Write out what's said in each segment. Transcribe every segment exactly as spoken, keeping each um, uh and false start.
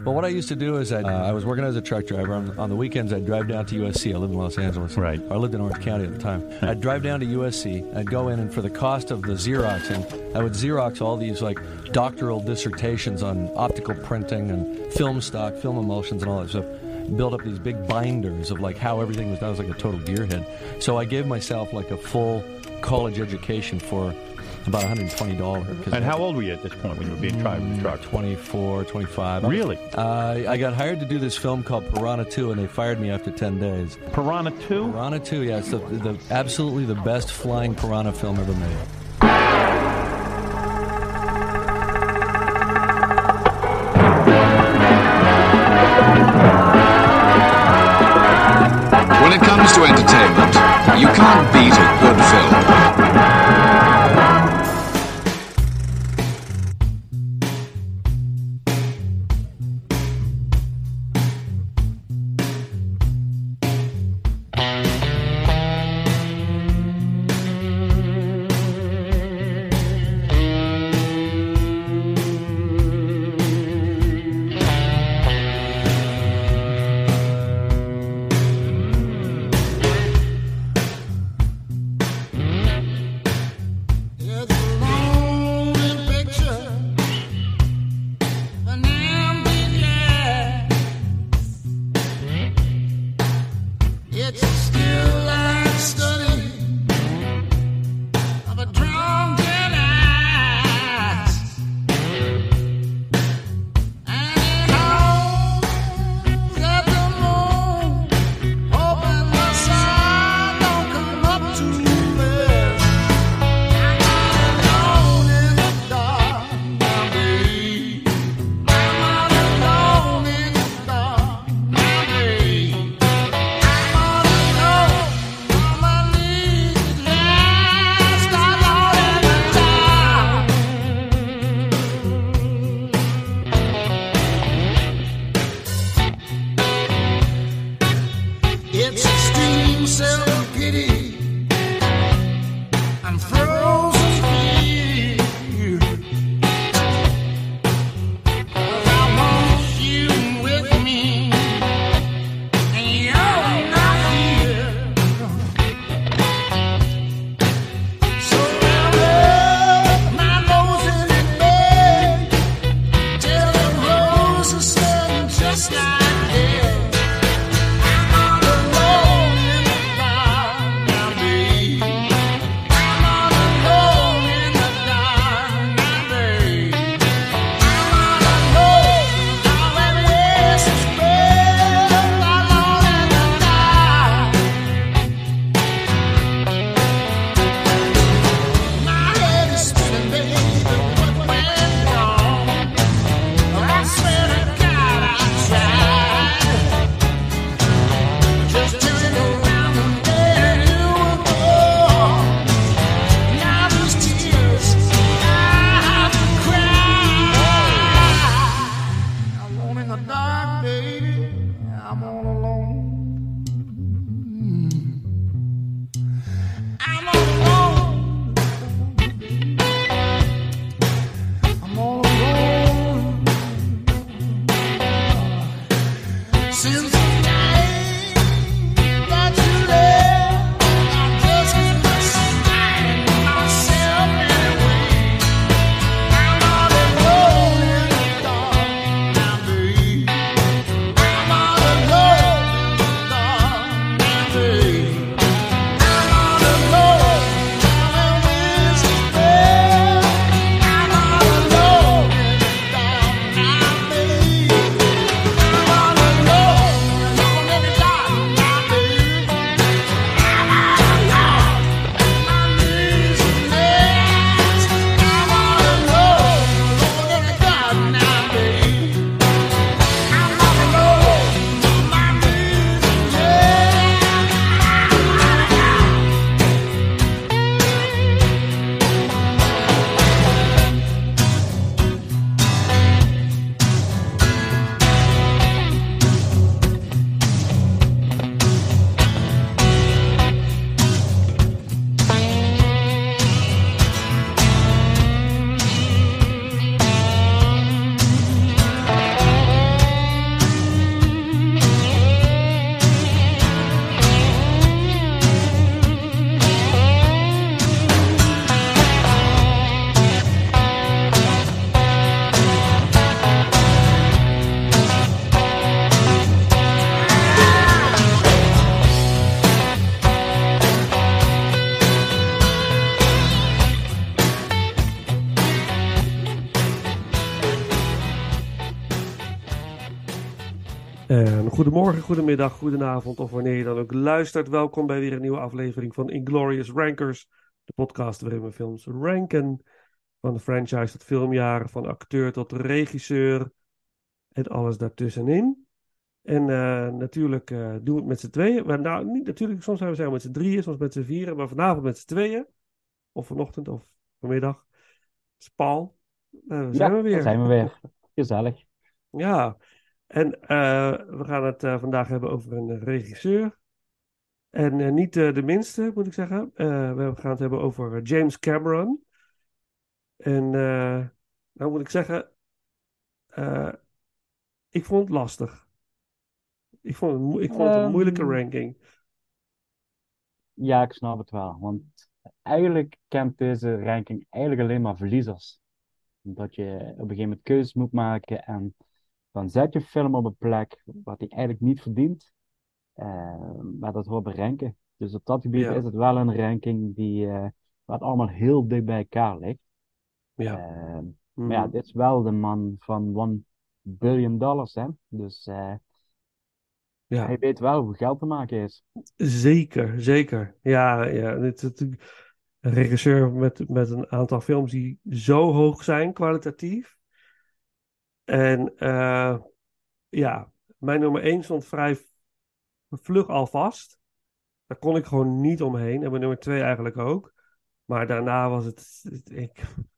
But what I used to do is I, uh, I was working as a truck driver. On, on the weekends, I'd drive down to U S C. I lived in Los Angeles. Right. I lived in Orange County at the time. I'd drive down to U S C. I'd go in, and for the cost of the Xeroxing, I would Xerox all these like doctoral dissertations on optical printing and film stock, film emulsions, and all that stuff. Build up these big binders of like how everything was done. I was like a total gearhead. So I gave myself like a full college education for about one hundred twenty dollars. And how old were you at this point when you were being driving the truck? twenty-four, twenty-five. Really? Uh, I got hired to do this film called Piranha two, and they fired me after ten days. Piranha two? Piranha two, yeah. It's the, the absolutely the best flying piranha film ever made. When it comes to entertainment, you can't beat a good film. En goedemorgen, goedemiddag, goedenavond of wanneer je dan ook luistert. Welkom bij weer een nieuwe aflevering van Inglorious Rankers. De podcast waarin we films ranken. Van de franchise tot filmjaren, van acteur tot regisseur. En alles daartussenin. En uh, natuurlijk uh, doen we het met z'n tweeën. Maar nou, niet natuurlijk, soms zijn we zijn met z'n drieën, soms met z'n vieren. Maar vanavond met z'n tweeën. Of vanochtend of vanmiddag. Dat is Paul. Uh, zijn Ja, we weer. daar zijn we weer. Gezellig. Ja, en uh, we gaan het uh, vandaag hebben over een regisseur. En uh, niet uh, de minste, moet ik zeggen. Uh, we gaan het hebben over uh, James Cameron. En uh, nou moet ik zeggen, uh, ik vond het lastig. Ik vond het, mo- ik vond het een moeilijke Ehm, ranking. ja, ik snap het wel. Want eigenlijk kent deze ranking eigenlijk alleen maar verliezers. Dat je op een gegeven moment keuzes moet maken en dan zet je een film op een plek wat hij eigenlijk niet verdient. Uh, maar dat hoort bij ranken. Dus op dat gebied Ja, is het wel een ranking die, uh, waar het allemaal heel dicht bij elkaar ligt. ja. Uh, Mhm. maar ja, dit is wel de man van one billion dollars, hè. Dus uh, Ja, hij weet wel hoe geld te maken is. zeker, zeker. Ja, ja. Dit is natuurlijk een regisseur met, met een aantal films die zo hoog zijn, kwalitatief. En uh, ja, mijn nummer één stond vrij vlug al vast. Daar kon ik gewoon niet omheen. En mijn nummer twee eigenlijk ook. Maar daarna was het... het- ik,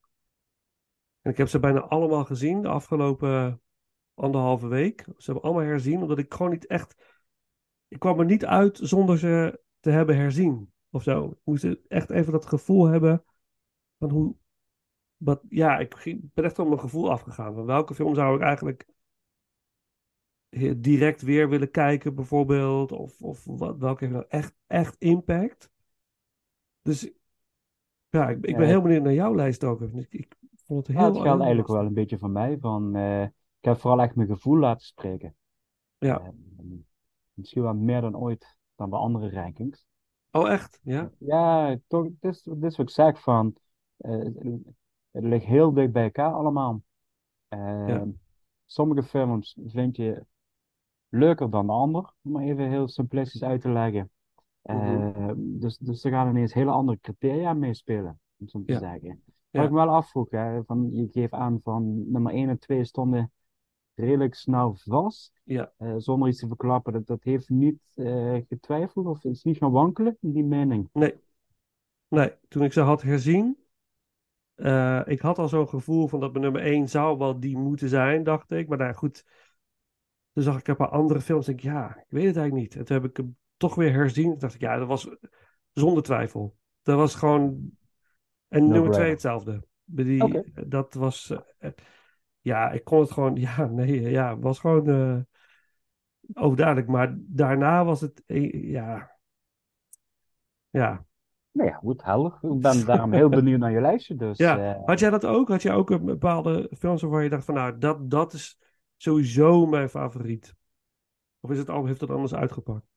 en ik heb ze bijna allemaal gezien de afgelopen anderhalve week. Ze hebben allemaal herzien, omdat ik gewoon niet echt... Ik kwam er niet uit zonder ze te hebben herzien. Of zo. Ik moest echt even dat gevoel hebben van hoe... Wat, ja, ik ging- ben echt op mijn gevoel afgegaan. Van welke film zou ik eigenlijk he- direct weer willen kijken, bijvoorbeeld? Of, of wat, welke heeft nou echt, echt impact? Dus ja, ik, ik ben Uh, heel benieuwd naar jouw lijst ook. Ik, ik vond het Ja, het heel, geldt heel eigenlijk wel lastig. een beetje van mij. Van, eh, ik heb vooral echt mijn gevoel laten spreken. Ja. Eh, misschien wel meer dan ooit dan bij andere rankings. Oh, echt? Ja? Ja, toch, dit is, dit is wat ik zeg van, eh, het ligt heel dicht bij elkaar allemaal. Eh, Ja. sommige films vind je leuker dan de ander, om maar even heel simplistisch uit te leggen. Mhm. Eh, dus, dus er gaan ineens hele andere criteria meespelen, om zo te Ja. zeggen. Wat ik Ja. me wel afvroeg, hè, van, je geeft aan van nummer één en twee stonden redelijk snel vast, Ja. eh, zonder iets te verklappen. Dat, dat heeft niet eh, getwijfeld of is niet gaan wankelen, die mening. Nee. Nee. Toen ik ze had herzien, eh, ik had al zo'n gevoel van dat mijn nummer één zou wel die moeten zijn, dacht ik. Maar nou ja, goed, toen zag ik een paar andere films. Denk ik, ja, ik weet het eigenlijk niet. En toen heb ik hem toch weer herzien. Toen dacht ik, ja, dat was zonder twijfel. Dat was gewoon... En nummer twee No-brainer. hetzelfde. Bij Oké. Die, dat was... eh, ja, ik kon het gewoon... Ja, nee, ja, het was gewoon eh, overduidelijk. Maar daarna was het... eh, ja, ja. Nou ja, goed, helder. Ik ben daarom heel benieuwd naar je lijstje. Dus Ja, eh, had jij dat ook? Had jij ook een bepaalde films waarvan je dacht van... Nou, dat, dat is sowieso mijn favoriet. Of is het al, heeft dat anders uitgepakt?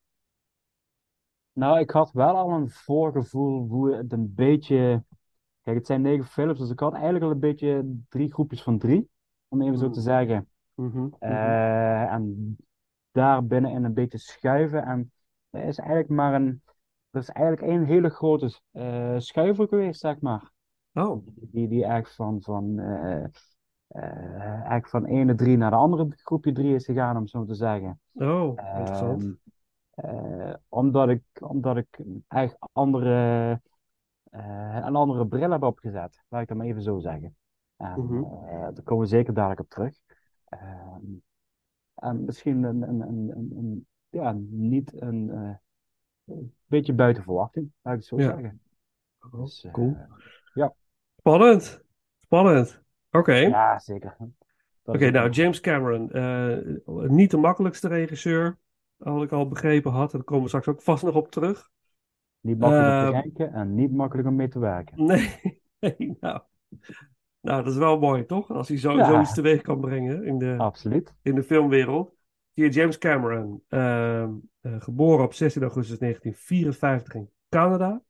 nou, ik had wel al een voorgevoel hoe het een beetje. Kijk, het zijn negen films, dus ik had eigenlijk al een beetje drie groepjes van drie, om even zo te Mm. zeggen. Mhm, mhm. Eh, en daar binnenin een beetje schuiven. En er is eigenlijk maar een. Er is eigenlijk één hele grote eh schuiver geweest, zeg maar. Oh, Die, die eigenlijk van, van, eh, eh, eigenlijk van ene drie naar de andere groepje drie is gegaan, om zo te zeggen. oh, interessant. Ehm, eh, omdat ik, omdat ik echt andere, eh, een andere bril heb opgezet, laat ik dat maar even zo zeggen. En Mhm. eh, daar komen we zeker dadelijk op terug. Ehm, en misschien een, een, een, een, een- ja, niet een eh, een beetje buiten verwachting, laat ik het zo Ja, zeggen. oh, Dus eh, cool. ja, Spannend. Spannend. Oké. ja, zeker. Dat Oké, is ook nou, wel. James Cameron. eh, niet de makkelijkste regisseur. Had ik al begrepen had. Daar komen we straks ook vast nog op terug. Niet makkelijk om te Eh, ranken en niet makkelijk om mee te werken. nee, nee, nou. Nou, dat is wel mooi, toch? Als hij zo, zoiets Ja, teweeg kan brengen in de, absoluut. in de filmwereld. Hier James Cameron. eh, eh, geboren op zestien augustus negentien vierenvijftig in Canada.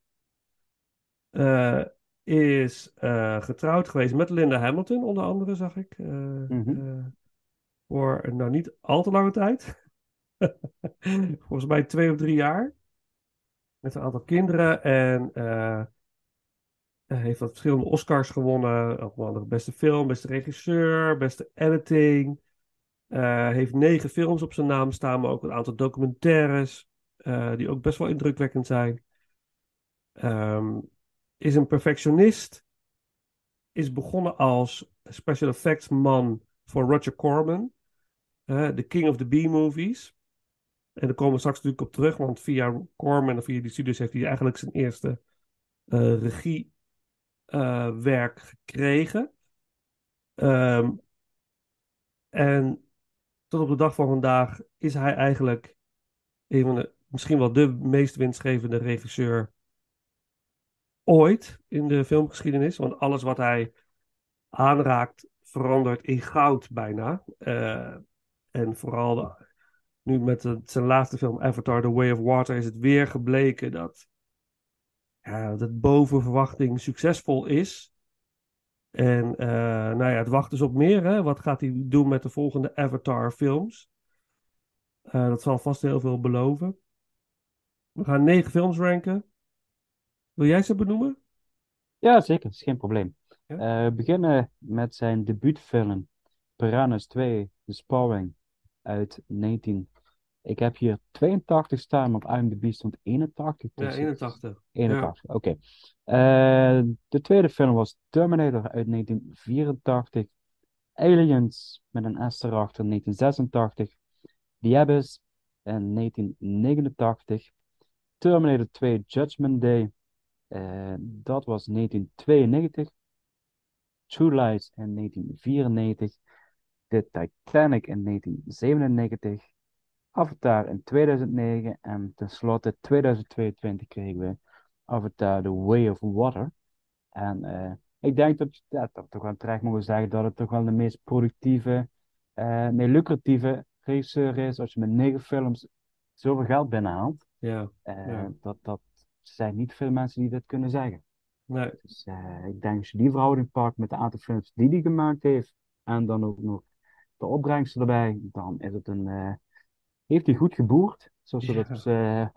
Eh, is eh, getrouwd geweest met Linda Hamilton, onder andere, zag ik. Eh, Mhm. eh, voor, nou, niet al te lange tijd. Volgens mij twee of drie jaar. Met een aantal kinderen. En eh, hij heeft wat verschillende Oscars gewonnen. Onder andere beste film, beste regisseur, beste editing. Eh, heeft negen films op zijn naam staan, maar ook een aantal documentaires. eh, die ook best wel indrukwekkend zijn. Ehm, is een perfectionist. Is begonnen als special effects man voor Roger Corman. eh, de King of the B-movies. En daar komen we straks natuurlijk op terug, want via Corman en via die studios heeft hij eigenlijk zijn eerste eh regiewerk gekregen. Ehm, en tot op de dag van vandaag is hij eigenlijk een van de, misschien wel de meest winstgevende regisseur ooit in de filmgeschiedenis. Want alles wat hij aanraakt verandert in goud bijna. Eh, en vooral de- nu met de- zijn laatste film Avatar, The Way of Water, is het weer gebleken dat, ja, dat het boven verwachting succesvol is. En eh, nou ja, het wacht dus op meer. Hè? Wat gaat hij doen met de volgende Avatar films? Eh, dat zal vast heel veel beloven. We gaan negen films ranken. Wil jij ze benoemen? Ja, zeker, is geen probleem. Ja? Eh, we beginnen met zijn debuutfilm Piranha's twee, The Sparring, uit negentien. Ik heb hier tweeëntachtig staan, maar op IMDb stond eenentachtig. Ja, Dus het- eenentachtig. Ja. eenentachtig, oké. Eh, de tweede film was Terminator uit negentien vierentachtig. Aliens met een S erachter, negentien zesentachtig. The Abyss in negentien negenentachtig. Terminator twee Judgment Day, eh, dat was negentien tweeënnegentig. True Lies in negentien vierennegentig. The Titanic in negentien zevenennegentig. Avatar in tweeduizend negen. En tenslotte tweeduizend tweeëntwintig kregen we Avatar The Way of Water. En eh, ik denk dat, ja, dat we toch wel terecht mogen zeggen dat het toch wel de meest productieve, eh nee, lucratieve regisseur is. Als je met negen films zoveel geld binnenhaalt. Ja. eh, Ja. dat, dat zijn niet veel mensen die dat kunnen zeggen. Nee. Dus eh, ik denk als je die verhouding pakt met het aantal films die hij gemaakt heeft. En dan ook nog de opbrengsten erbij. Dan is het een, eh, heeft hij goed geboerd. Zoals we dat op z'n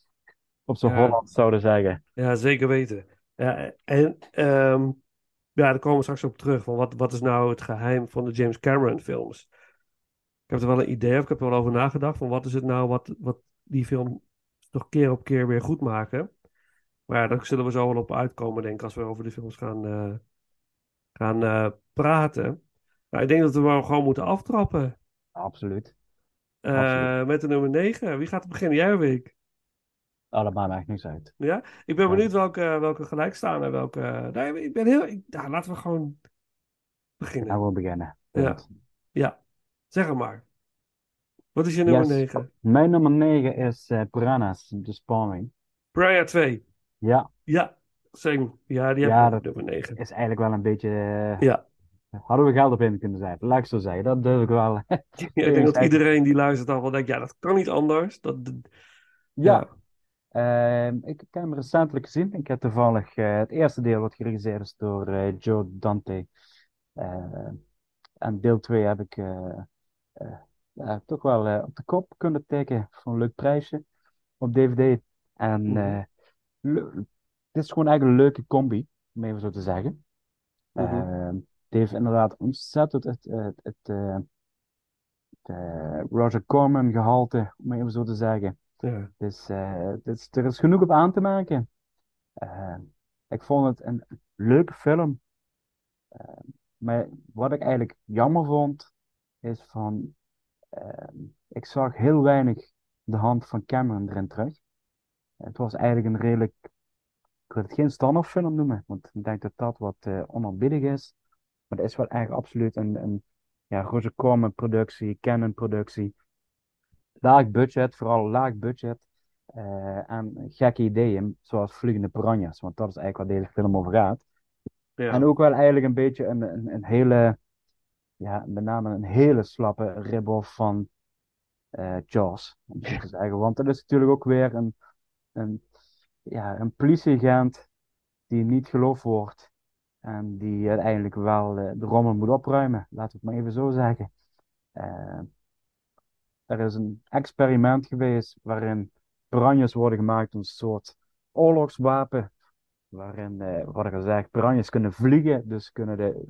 op z'n Ja. Holland zouden zeggen. Ja, zeker weten. Ja, en ehm, ja, daar komen we straks op terug. Van wat, wat is nou het geheim van de James Cameron films? Ik heb er wel een idee, of ik heb er wel over nagedacht. Van wat is het nou wat, wat die film toch keer op keer weer goed maken? Maar ja, daar zullen we zo wel op uitkomen, denk ik, als we over de films gaan, eh, gaan eh, praten. Maar ik denk dat we wel gewoon moeten aftrappen. Absoluut. Eh, Absoluut. met de nummer negen. Wie gaat er beginnen? Jij of ik? Allemaal maakt niks uit. Ja? Ik ben Ja. benieuwd welke, welke gelijk staan en welke... Nee, ik ben heel... Ik, ja, laten we gewoon beginnen. Nou, we beginnen. Ja. Punt. Ja, zeg het maar. Wat is je nummer Yes. negen? Mijn nummer negen is eh Piranha's, The Sparring. Brian twee. Ja, Ja, same. Ja, die heb Ja, ik op dat- nummer negen. is eigenlijk wel een beetje... eh, Ja. Hadden we geld op in kunnen zetten. Laat ik zo zeggen. Dat durf ik wel. Ja, ik denk dat iedereen die luistert al wel denkt, ja, dat kan niet anders. Dat, dat- Ja. Ehm, ik heb hem recentelijk gezien. Ik heb toevallig eh, het eerste deel wat geregisseerd is door eh, Joe Dante. Eh, en deel twee heb ik eh, eh, ja, toch wel eh, op de kop kunnen tikken voor een leuk prijsje op D V D. En Mhm. eh, le- dit is gewoon eigenlijk een leuke combi, om even zo te zeggen. Mhm. Ehm, het heeft inderdaad ontzettend het, het, het, eh, het, eh, Roger Corman gehalte, om even zo te zeggen. Ja. Dus eh, dus er is genoeg op aan te maken. Eh, ik vond het een leuke film. Eh, maar wat ik eigenlijk jammer vond, is van... eh, ik zag heel weinig de hand van Cameron erin terug. Het was eigenlijk een redelijk... Ik wil het geen standaard film noemen, want ik denk dat dat wat eh onaanbiedig is. Maar het is wel echt absoluut een, een ja, Roger Corman productie, Canon productie. Laag budget, vooral laag budget. eh, en gekke ideeën, zoals Vliegende Piranha's, want dat is eigenlijk waar deze film over gaat. Ja. En ook wel eigenlijk een beetje een, een, een hele, ja, met name een hele slappe rip-off van eh, Jaws, om zo te zeggen. Want dat is natuurlijk ook weer een, een, ja, een politieagent die niet geloofd wordt. En die uiteindelijk wel eh, de rommel moet opruimen, laten we het maar even zo zeggen. Eh, er is een experiment geweest waarin piranhas worden gemaakt als een soort oorlogswapen. Waarin eh, wordt er gezegd, piranhas kunnen vliegen, dus kunnen de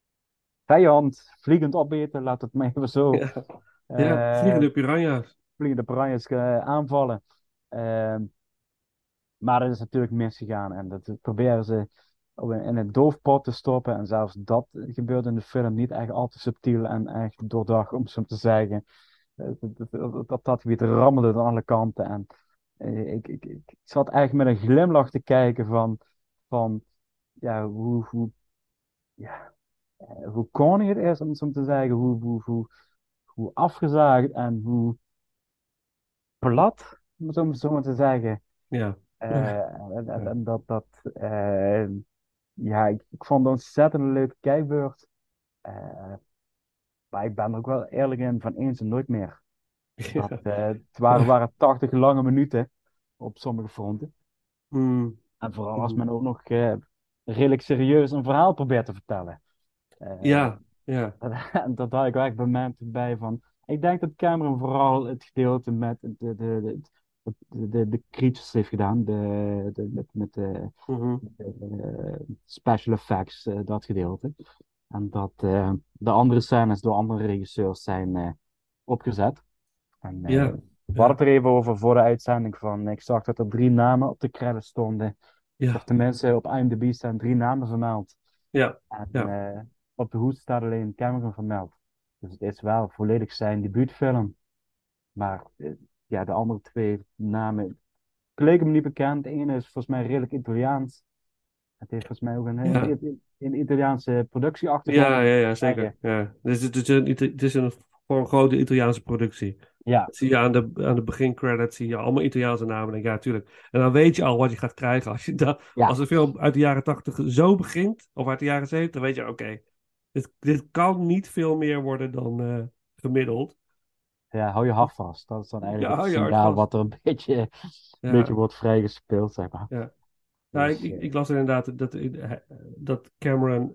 vijand vliegend opeten, laat het maar even zo. Ja, ja, eh vliegende piranha's. vliegende piranhas eh, aanvallen. Ehm, maar dat is natuurlijk misgegaan en dat proberen ze op een- in het doofpot te stoppen. En zelfs dat gebeurt in de film niet echt al te subtiel en echt doordacht, om zo te zeggen. Eh, dat- dat- dat dat weer rammelde aan alle kanten. En eh, ik, ik, ik zat eigenlijk met een glimlach te kijken van, van ja, hoe, hoe, ja, eh, hoe corny het is, om het zo te zeggen. Hoe, hoe, hoe, hoe afgezaagd en hoe plat, om het zo zo maar te zeggen. Ja. Eh, en, en- Ja. en dat, dat, eh, ja, ik, ik vond het een ontzettend leuke kijkbeurt. Eh, maar ik ben er ook wel eerlijk in van eens en nooit meer. Dat, Ja. eh, het waren, waren tachtig lange minuten op sommige fronten. Mm, En vooral als mm. men ook nog eh, redelijk serieus een verhaal probeert te vertellen. Eh, Ja, ja. en dat had ik wel echt momenten bij van. Ik denk dat Cameron vooral het gedeelte met de, de, de, de, de, de creatures heeft gedaan. De, de, met met de, Mhm. de, eh, special effects, eh, dat gedeelte. En dat eh, de andere scènes door andere regisseurs zijn eh, opgezet. En eh, Ja, we hadden ja, het er even over voor de uitzending van. Ik zag dat er drie namen op de credits stonden. Of ja, tenminste, op IMDb staan drie namen vermeld. ja, En ja, eh, op de hoed staat alleen Cameron vermeld. Dus het is wel volledig zijn debuutfilm. Maar eh, ja, de andere twee namen kleken me niet bekend. De ene is volgens mij redelijk Italiaans. Het heeft volgens mij ook een, ja, een, een Italiaanse productieachtergrond. ja, om ja, te ja, zeker. zeggen. Ja. Dus het is een, het is een, voor een grote Italiaanse productie. Ja, Dat zie je aan de, aan de begincredits, zie je allemaal Italiaanse namen. En ja, tuurlijk. En dan weet je al wat je gaat krijgen. Als, je da, ja, als een film uit de jaren tachtig zo begint, of uit de jaren zeventig, dan weet je, oké, dit, dit kan niet veel meer worden dan eh, gemiddeld. ja, hou je hart vast. Dat is dan eigenlijk Ja, het hou je hart signaal vast. wat er een beetje, een beetje Ja, wordt vrijgespeeld, zeg maar. ja. Nou, ik, Dus ik, eh, ik las inderdaad dat, eh, dat Cameron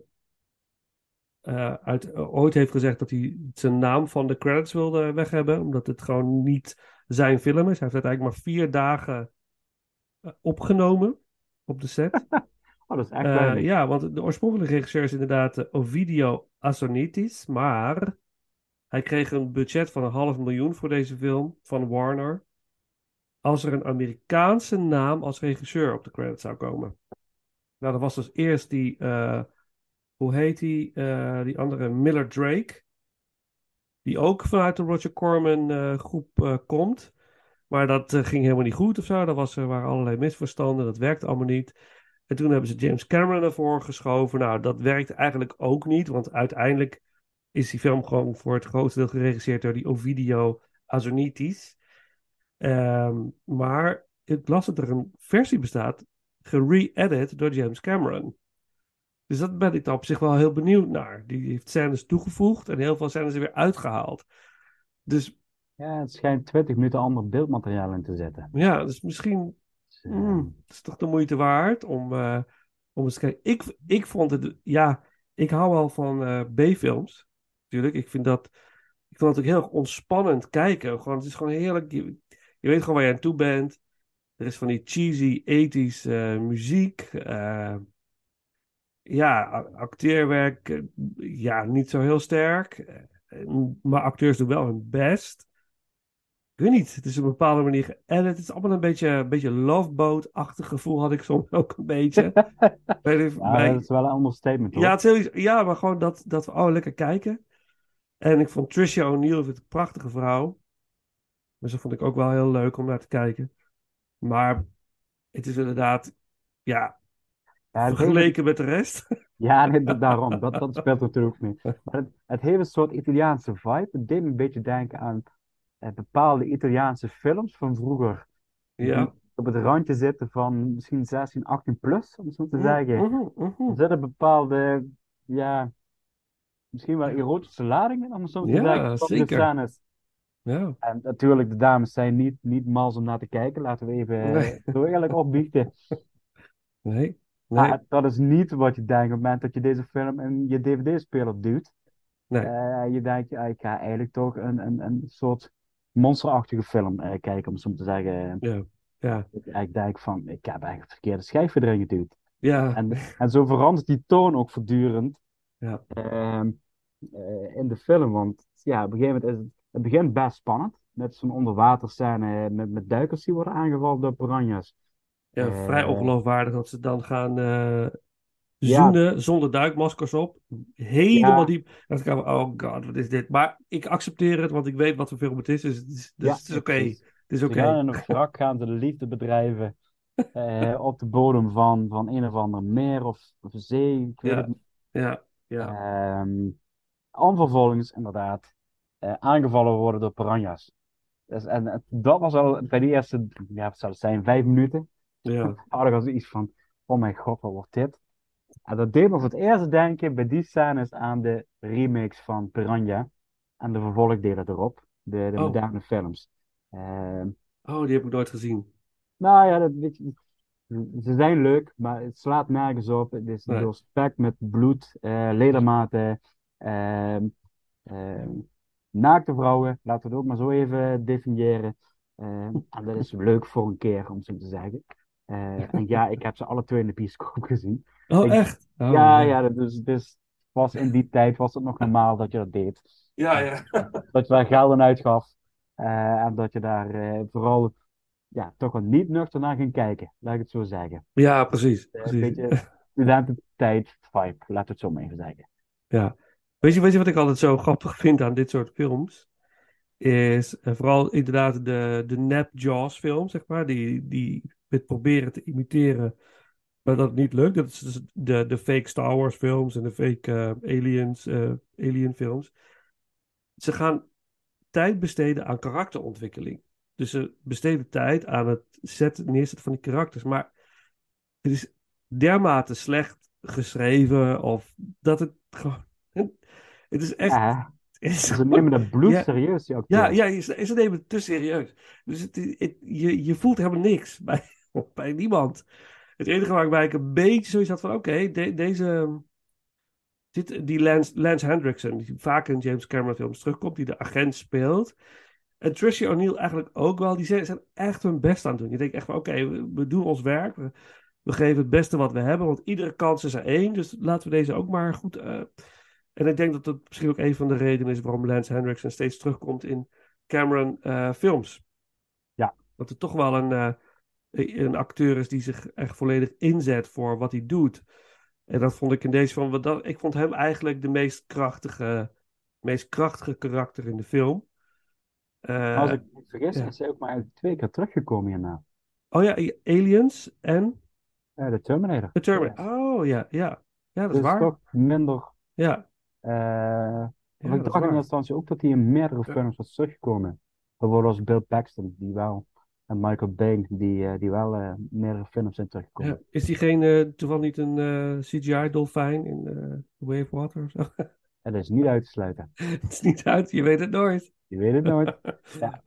eh, uit, eh, ooit heeft gezegd dat hij zijn naam van de credits wilde weg hebben, omdat het gewoon niet zijn film is. Hij heeft uiteindelijk maar vier dagen eh, opgenomen op de set. oh, dat is echt Eh, weinig. ja, want de oorspronkelijke regisseur is inderdaad eh, Ovidio Assonitis, maar hij kreeg een budget van een half miljoen voor deze film van Warner, als er een Amerikaanse naam als regisseur op de credits zou komen. Nou, dat was dus eerst die, eh, hoe heet die, eh, die andere Miller Drake, die ook vanuit de Roger Corman eh, groep eh, komt. Maar dat eh, ging helemaal niet goed of zo. Er was, er waren allerlei misverstanden, dat werkte allemaal niet. En toen hebben ze James Cameron ervoor geschoven. Nou, dat werkt eigenlijk ook niet, want uiteindelijk is die film gewoon voor het grootste deel geregisseerd door die Ovidio Assonitis. Ehm, maar ik las dat er een versie bestaat, gere-edit door James Cameron. Dus dat ben ik dan op zich wel heel benieuwd naar. Die heeft scènes toegevoegd en heel veel scènes er weer uitgehaald. Dus Ja, het schijnt twintig minuten ander beeldmateriaal in te zitten. ja, dus misschien Dus, eh, mm, het is toch de moeite waard om, eh, om eens te kijken. Ik, ik vond het, ja, ik hou wel van eh, B-films. Natuurlijk, ik vind dat, ik vond het ook heel erg ontspannend kijken. Gewoon, het is gewoon heerlijk. Je, je weet gewoon waar je aan toe bent. Er is van die cheesy ethisch eh, muziek. eh, ja, a- acteerwerk, eh, ja, niet zo heel sterk. Eh, maar acteurs doen wel hun best. Ik weet niet, het is op een bepaalde manier geëdit. Het is allemaal een beetje, een beetje Loveboat-achtig gevoel had ik soms ook een beetje. Bij, de- ja, dat bij- is wel een understatement, ja, hoor. het is heel iets- ja, maar gewoon dat, dat we oh, lekker kijken. En ik vond Trisha O'Neill vind ik een prachtige vrouw. Dus dat vond ik ook wel heel leuk om naar te kijken. Maar het is inderdaad, ja, Ja, het heeft, vergeleken met de rest. ja, nee, da- daarom. Dat, dat speelt er natuurlijk ook mee. Maar het, het heeft een soort Italiaanse vibe. Het deed me een beetje denken aan eh, bepaalde Italiaanse films van vroeger. Die Ja. op het randje zitten van misschien zestien, achttien plus, om het zo te zeggen. Mhm, mhm. Er zitten bepaalde, ja, misschien wel erotische ladingen, om het zo te Ja, zeggen. in sommige zeker. scènes. Ja. En natuurlijk, de dames zijn niet, niet mals om naar te kijken. Laten we even Nee. eh, zo eerlijk opbiechten. Nee. Maar Nee. het- dat is niet wat je denkt op het moment dat je deze film in je D V D-speler duwt. Nee. Eh, je denkt, ja, ik ga eigenlijk toch een, een, een soort monsterachtige film eh, kijken, om het zo te zeggen. Ja, ja, Ik denk van, ik heb eigenlijk het verkeerde schijf erin geduwd. ja, En, en zo verandert die toon ook voortdurend ja, ehm, eh, in de film. Want ja, op een gegeven moment is het, het begint best spannend. Met zo'n onderwaterscène met, met duikers die worden aangevallen door piranha's. ja, vrij Eh, ongeloofwaardig dat ze dan gaan eh, ja, zoenen zonder duikmaskers op. Helemaal ja, diep. En dan gaan we, oh god, wat is dit? Maar ik accepteer het, want ik weet wat voor film het is. Dus het is, dus ja, het is oké. het Het is, is ze oké. gaan in een wrak, gaan ze de liefde bedrijven eh, op de bodem van, van een of ander meer of, of zee, ik weet het Ja, niet. ja, ja, Ehm en vervolgens inderdaad eh, aangevallen worden door piranha's. Dus, en eh, dat was al bij die eerste, ja, wat zou het zijn, vijf minuten. ja. Had ik al zoiets van, oh mijn god, wat wordt dit? En dat deed me voor het eerst denken bij die scènes aan de remakes van Piranha en de vervolgdelen erop, de, de Oh, moderne films. Ehm, oh, die heb ik nooit gezien. nou ja, dat, weet je, ze zijn leuk, maar het slaat nergens op. Het is Nee. doorspekt met bloed, eh, ledematen, ehm, ehm, naakte vrouwen, laten we het ook maar zo even definiëren. Ehm, en dat is leuk voor een keer, om zo te zeggen. Eh, en ja, ik heb ze alle twee in de bioscoop gezien. Oh, Ik, echt? Oh, ja, ja. ja, dus, dus was in die tijd was het nog normaal dat je dat deed. Ja, Eh, ja. dat je daar geld aan uitgaf. Eh, en dat je daar eh, vooral ja, toch wel niet nuchter naar ging kijken, laat ik het zo zeggen. Ja, precies, Eh, een precies. beetje studententijd vibe, laten we het zo maar even zeggen. Ja. Weet je, weet je wat ik altijd zo grappig vind aan dit soort films? Is eh, vooral inderdaad de, de nep Jaws film, zeg maar, die, die het proberen te imiteren, maar dat het niet lukt. Dat is dus de, de fake Star Wars films en de fake eh, aliens, eh, alien films. Ze gaan tijd besteden aan karakterontwikkeling. Dus ze besteden tijd aan het zetten, neerzetten van die karakters. Maar het is dermate slecht geschreven of dat het gewoon... Het is echt... Ja, Het is ze gewoon, nemen dat bloed ja, serieus, die ja, acteurs. ja, je- ze nemen het te serieus. Dus het, het- je, je voelt helemaal niks bij, bij niemand. Het enige waarbij ik een beetje zoiets had van... Oké, de- deze... Dit, die Lance, Lance Hendrickson, die vaak in James Cameron films terugkomt, die de agent speelt. En Tricia O'Neill eigenlijk ook wel. Die zijn, zijn echt hun best aan het doen. Je denkt echt van, oké, we, we doen ons werk. We, we geven het beste wat we hebben. Want iedere kans is er één. Dus laten we deze ook maar goed... eh, En ik denk dat dat misschien ook een van de redenen is waarom Lance Henriksen steeds terugkomt in Cameron eh, films. Ja, Dat er toch wel een, eh, een acteur is die zich echt volledig inzet voor wat hij doet. En dat vond ik in deze film... Dat, ik vond hem eigenlijk de meest krachtige, meest krachtige karakter in de film. als Eh, ik me niet vergis, ja. is hij ook maar eigenlijk twee keer teruggekomen hierna. Oh ja, Aliens en Ja, de Terminator The twee. Terminator. Oh ja, ja. Ja, dat is Dus waar. toch minder. Ja, eh of ja, ik dat is dacht in eerste waar. instantie ook dat hij in meerdere Ja. films was teruggekomen. Bijvoorbeeld als Bill Paxton, die wel. En Michael Biehn, die, eh, die wel eh, meerdere films zijn Ja. teruggekomen. Is die geen, eh, toevallig niet een eh, C G I-dolfijn in eh The Way of Water of zo? Het is niet uit te sluiten. Het is niet uit, je weet het nooit. Je weet het nooit. Ja,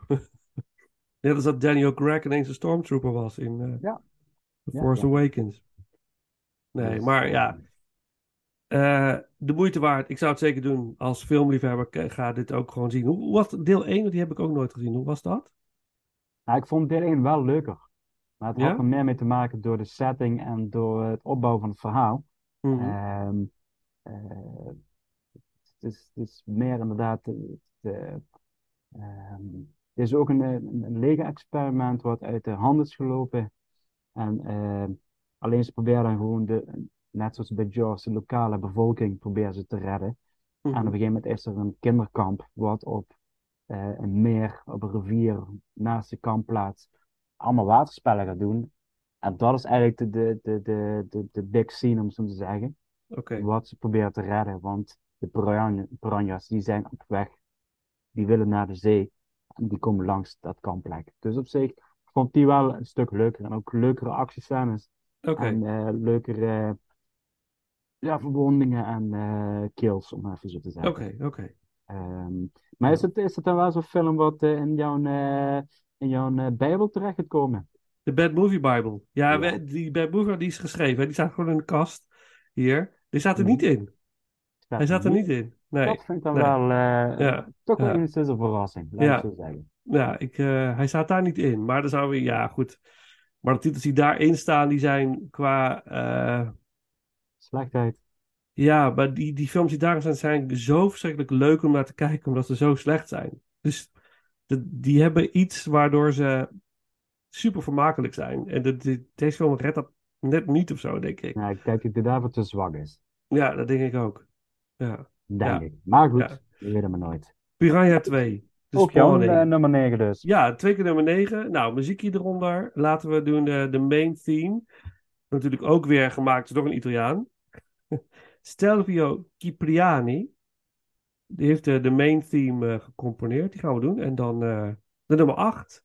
Net als dat Daniel Craig ineens een stormtrooper was in eh, ja, The ja. Force ja. Awakens. Nee, Dus, maar eh, ja, eh, de moeite waard. Ik zou het zeker doen. Als filmliefhebber k- ga dit ook gewoon zien. Hoe hoe was het? Deel één? Die heb ik ook nooit gezien. Hoe was dat? nou, ik vond deel één wel leuker. Maar het had Ja? er meer mee te maken door de setting en door het opbouwen van het verhaal. Mhm. Ehm, eh, het, is, het is meer inderdaad. De, de, ehm, het is ook een, een, een Lego-experiment wat uit de hand is gelopen. En ehm, alleen ze proberen dan gewoon, de, net zoals bij Jaws, de lokale bevolking proberen ze te redden. En op Mhm. een gegeven moment is er een kinderkamp wat op eh, een meer, op een rivier naast de kampplaats allemaal waterspellen gaat doen. En dat is eigenlijk de, de, de, de, de, de big scene, om het zo te zeggen. Oké. Wat ze proberen te redden. Want de piranha, piranha's die zijn op weg. Die willen naar de zee. En die komen langs dat kampplek. Dus op zich vond die wel een stuk leuker. En ook leukere actiescènes. Oké. En eh, leukere ja, verwondingen en eh, kills, om even zo te zeggen. Oké. Oké. Ehm, maar is het, is het dan wel zo'n film wat eh, in jouw, eh, in jouw eh, Bijbel terecht gaat komen? De Bad Movie Bible. Ja, Ja. we- die Bad Movie die is geschreven. hè. Die staat gewoon in de kast hier. Die staat er Mhm. niet in. Staat Hij zat er niet. niet in. nee. Dat vind ik dan nee. wel, uh, ja. toch wel ja. eens een verrassing, laat ja. ik zo zeggen. Ja, ik, uh, hij staat daar niet in. Maar dan zouden we, ja goed. Maar de titels die daarin staan, die zijn qua... Uh... Slechtheid. Ja, maar die, die films die daarin staan, zijn zo verschrikkelijk leuk om naar te kijken, omdat ze zo slecht zijn. Dus de, die hebben iets waardoor ze super vermakelijk zijn. En de, de, deze film redt dat net niet of zo, denk ik. Ja, ik denk dat hij daarvoor te zwak is. Ja, dat denk ik ook. Ja. Denk ja. ik. Maar goed, ja. we weten maar nooit. Piranha twee. Ook jouw uh, nummer negen dus. Ja, twee keer nummer negen. Nou, muziekje eronder. Laten we doen de, de main theme. Natuurlijk ook weer gemaakt door een Italiaan. Stelvio Cipriani. Die heeft de, de main theme uh, gecomponeerd. Die gaan we doen. En dan uh, de nummer acht.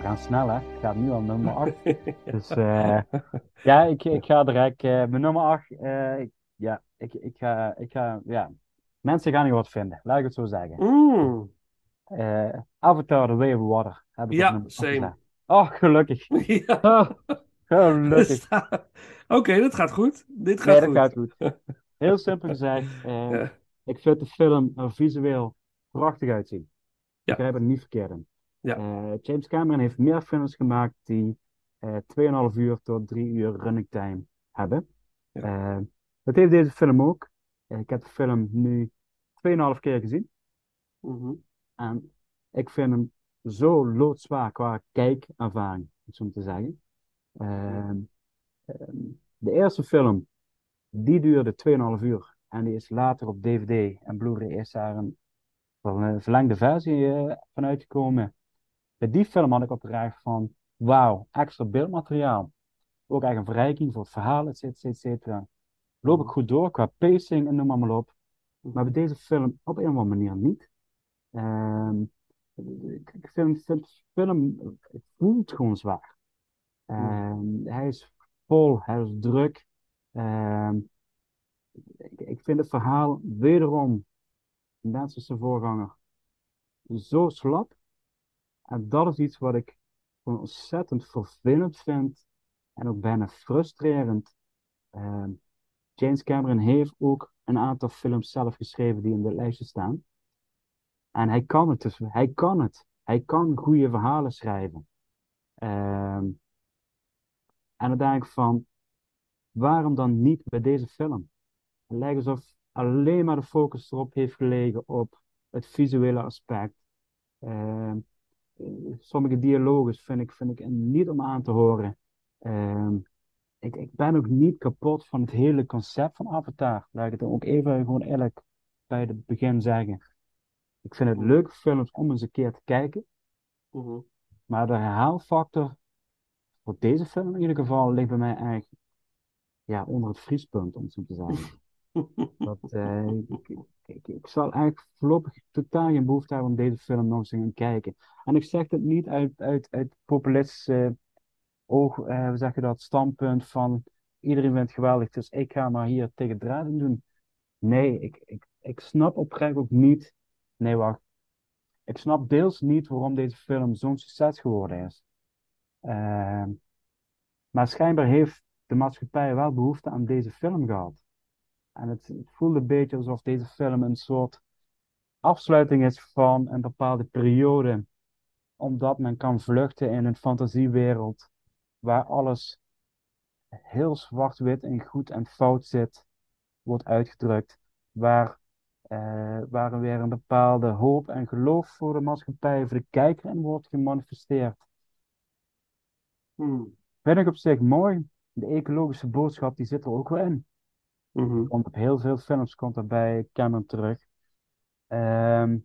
gaan snel, hè. Het gaat nu al nummer acht. Dus eh, ja, ik, ik ga direct. eh mijn nummer acht. eh, ik- ja, ik, ik ga, ik ga. Ja. Mensen gaan niet wat vinden, laat ik het zo zeggen. Mm. Eh, Avatar The Way of Water heb ik op Ja, nummer acht same. gezet. Oh, gelukkig. Ja. Oh, gelukkig. Oké, dat gaat goed. Dit gaat Nee, dat goed. gaat goed. Heel simpel gezegd, eh, Ja. ik vind de film er visueel prachtig uitzien. Ja. Ik heb het niet verkeerd in. Ja. Eh, James Cameron heeft meer films gemaakt die eh twee komma vijf uur tot drie uur running time hebben. Ja. Eh, dat heeft deze film ook. Eh, ik heb de film nu twee komma vijf keer gezien. Mhm. En ik vind hem zo loodzwaar qua kijkervaring, om het zo te zeggen. Ehm, ehm, de eerste film, die duurde twee komma vijf uur. En die is later op D V D en Blu-ray is daar een ver- verlengde versie eh, van uitgekomen. Bij die film had ik oprecht van, wauw, extra beeldmateriaal. Ook echt een verrijking voor het verhaal, et cetera, et cetera. Loop ik goed door qua pacing en noem maar, maar op. Maar bij deze film op een of andere manier niet. Ehm, ik ik vind, vind de film, het voelt gewoon zwaar. Ehm, hij is vol, hij is druk. Ehm, ik, ik vind het verhaal wederom, net zoals de voorganger, zo slap. En dat is iets wat ik gewoon ontzettend vervelend vind en ook bijna frustrerend. Ehm, James Cameron heeft ook een aantal films zelf geschreven die in de lijstje staan. En hij kan het dus, hij kan het. Hij kan goede verhalen schrijven. Ehm, en dan denk ik van, waarom dan niet bij deze film? Het lijkt alsof alleen maar de focus erop heeft gelegen op het visuele aspect. Ehm, sommige dialogen vind ik, vind ik niet om aan te horen. Ehm, ik, ik ben ook niet kapot van het hele concept van Avatar. Laat ik het ook even gewoon eerlijk bij het begin zeggen. Ik vind het leuke films om eens een keer te kijken. Mhm. Maar de herhaalfactor voor deze film in ieder geval ligt bij mij eigenlijk ja, onder het vriespunt, om het zo te zeggen. Dat, eh, ik, ik, ik, ik zal eigenlijk voorlopig totaal geen behoefte hebben om deze film nog eens te gaan kijken. En ik zeg het niet uit, uit, uit populistische oog, eh, hoe zeg je dat, standpunt van iedereen vindt het geweldig, dus ik ga maar hier tegen draden doen. Nee, ik, ik, ik snap oprecht ook niet. Nee, wacht. Ik snap deels niet waarom deze film zo'n succes geworden is. Ehm, maar schijnbaar heeft de maatschappij wel behoefte aan deze film gehad. En het, het voelde een beetje alsof deze film een soort afsluiting is van een bepaalde periode. Omdat men kan vluchten in een fantasiewereld waar alles heel zwart-wit en goed en fout zit, wordt uitgedrukt. Waar, eh, waar er weer een bepaalde hoop en geloof voor de maatschappij, voor de kijker in wordt gemanifesteerd. Hmm. Vind ik op zich mooi. De ecologische boodschap die zit er ook wel in. Mhm. Komt op heel veel films komt er bij Cameron terug. Ehm,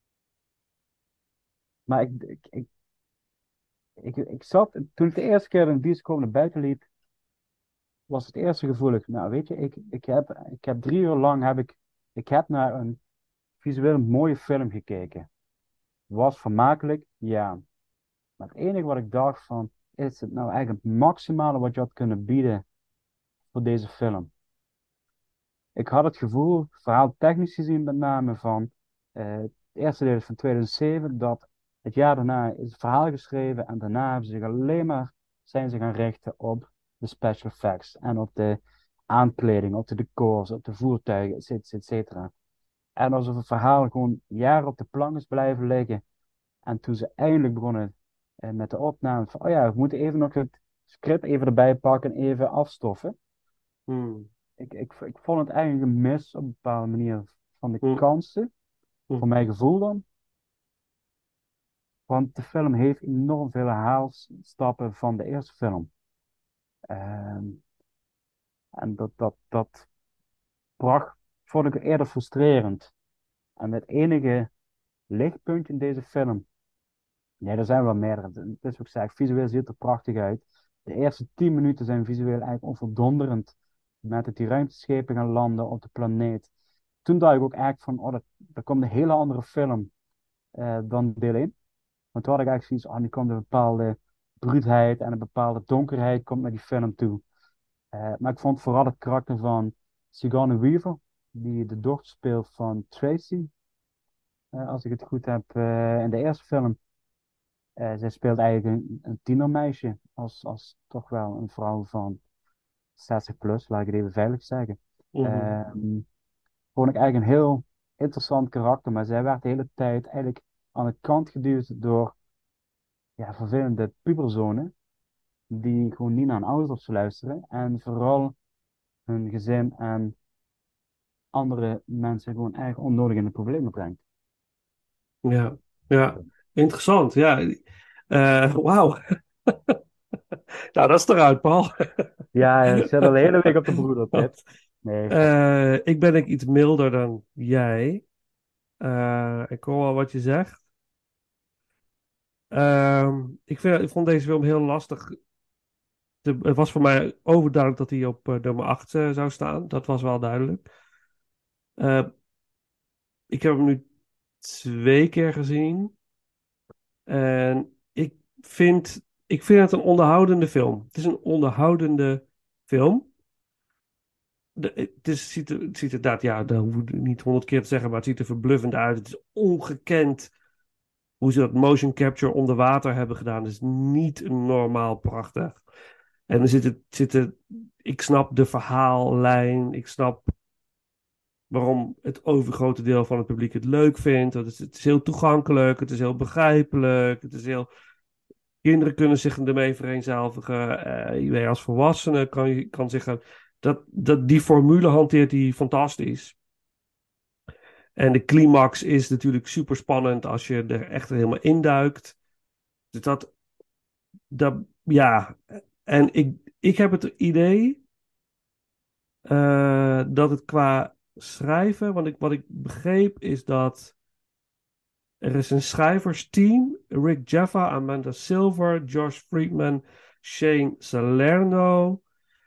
maar ik, ik, ik, ik, ik zat, toen ik de eerste keer in de bioscoop naar buiten liep, was het eerste gevoel, nou weet je, ik, ik, heb, ik heb drie uur lang heb ik, ik heb naar een visueel mooie film gekeken. Was vermakelijk, ja. Maar het enige wat ik dacht van, is het nou eigenlijk het maximale wat je had kunnen bieden voor deze film? Ik had het gevoel, verhaal technisch gezien met name van, eh, het eerste deel is van tweeduizend zeven, dat het jaar daarna is het verhaal geschreven en daarna hebben ze zich alleen maar, zijn ze gaan richten op de special effects en op de aankleding, op de decors, op de voertuigen, et cetera, et cetera. En alsof het verhaal gewoon jaren op de plank is blijven liggen. En toen ze eindelijk begonnen eh, met de opname van, oh ja, we moeten even nog het script even erbij pakken en even afstoffen. Hmm. Ik, ik, ik vond het eigenlijk een mis op een bepaalde manier van de Hmm. kansen, Hmm. voor mijn gevoel dan. Want de film heeft enorm veel herhaalstappen van de eerste film. Ehm, en dat, dat, dat bracht, vond ik eerder frustrerend. En het enige lichtpuntje in deze film, nee, er zijn wel meerdere. Het is wat ik zeg, visueel ziet er prachtig uit. De eerste tien minuten zijn visueel eigenlijk onverdonderend. Met dat die ruimteschepen gaan landen op de planeet. Toen dacht ik ook eigenlijk van, oh, dat, dat komt een hele andere film eh, dan deel één. Want toen had ik eigenlijk zoiets, ah, nu komt een bepaalde bruutheid en een bepaalde donkerheid komt naar die film toe. Eh, maar ik vond vooral het karakter van Sigourney Weaver, die de dochter speelt van Tracy, eh, als ik het goed heb, eh, in de eerste film. Eh, zij speelt eigenlijk een, een tienermeisje, als, als toch wel een vrouw van zestig plus, laat ik het even veilig zeggen. Mhm. Ehm, vond ik eigenlijk een heel interessant karakter, maar zij werd de hele tijd eigenlijk aan de kant geduwd door ja, vervelende puberzonen, die gewoon niet naar hun ouders luisteren en vooral hun gezin en andere mensen gewoon erg onnodig in de problemen brengt. Ja, ja, interessant. Ja, Eh, wauw. Nou, dat is eruit, Paul. Ja, ik zit al de hele week op de broederpit. Nee, grap. Eh, ik ben ik iets milder dan jij. Eh, ik hoor wel wat je zegt. Ehm, ik, vind, ik vond deze film heel lastig. De- het was voor mij overduidelijk dat hij op eh, nummer acht eh, zou staan. Dat was wel duidelijk. Eh, ik heb hem nu twee keer gezien. En ik vind, ik vind het een onderhoudende film. Het is een onderhoudende film. De, het, is, ziet er, het ziet er inderdaad, ja, dat hoef ik niet honderd keer te zeggen, maar het ziet er verbluffend uit. Het is ongekend hoe ze dat motion capture onder water hebben gedaan. Het is niet normaal prachtig. En er zitten, zitten, ik snap de verhaallijn, ik snap waarom het overgrote deel van het publiek het leuk vindt. Het is, het is heel toegankelijk, het is heel begrijpelijk, het is heel... Kinderen kunnen zich ermee vereenzelvigen. Eh, je weet, als volwassene kan je kan zeggen dat, dat die formule hanteert die fantastisch. En de climax is natuurlijk super spannend als je er echt helemaal induikt. Dus dat, dat ja. En ik, ik heb het idee eh, dat het qua schrijven, want ik, wat ik begreep is dat er is een schrijversteam. Rick Jaffa, Amanda Silver, Josh Friedman, Shane Salerno.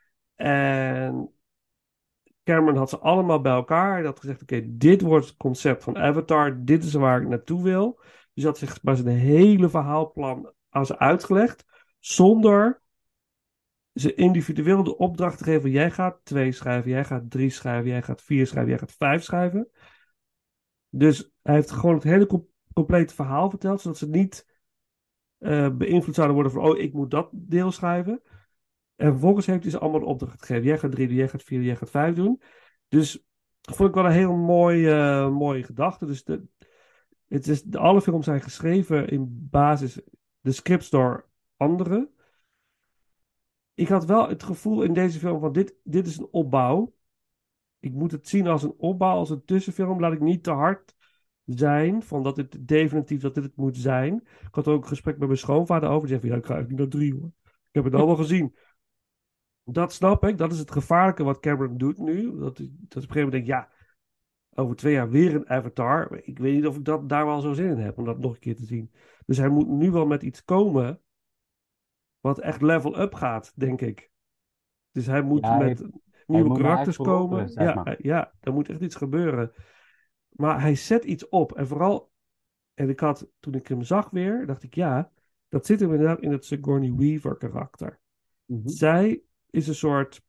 En Cameron had ze allemaal bij elkaar. Hij had gezegd, oké, dit wordt het concept van Avatar. Dit is waar ik naartoe wil. Dus hij had zich maar zijn hele verhaalplan aan ze uitgelegd. Zonder ze individueel de opdracht te geven. Jij gaat twee schrijven, jij gaat drie schrijven, jij gaat vier schrijven, jij gaat vijf schrijven. Dus hij heeft gewoon het hele com- complete verhaal verteld. Zodat ze niet eh, beïnvloed zouden worden van, oh, ik moet dat deel schrijven. En vervolgens heeft hij ze allemaal de opdracht gegeven. Jij gaat drie doen, jij gaat vier doen, jij gaat vijf doen. Dus dat vond ik wel een heel mooi, eh, mooie gedachte. Dus de, het is, de, alle films zijn geschreven in basis de scripts door anderen. Ik had wel het gevoel in deze film van dit, dit is een opbouw. Ik moet het zien als een opbouw, als een tussenfilm. Laat ik niet te hard zijn van dat het definitief dat dit het moet zijn. Ik had ook een gesprek met mijn schoonvader over. Die zei van, ja, ik ga eigenlijk niet naar drie hoor. Ik heb het allemaal gezien. Dat snap ik. Dat is het gevaarlijke wat Cameron doet nu. Dat, dat op een gegeven moment denk ik, ja, over twee jaar weer een Avatar. Ik weet niet of ik dat, daar wel zo zin in heb om dat nog een keer te zien. Dus hij moet nu wel met iets komen wat echt level up gaat, denk ik. Dus hij moet Ja, hij, met hij nieuwe moet me echt karakters veroveren, komen. zeg Ja, maar. eh, ja, er moet echt iets gebeuren. Maar hij zet iets op. En vooral, en ik had, toen ik hem zag weer, dacht ik, ja, dat zit hem inderdaad in het Sigourney Weaver karakter. Mhm. Zij is een soort,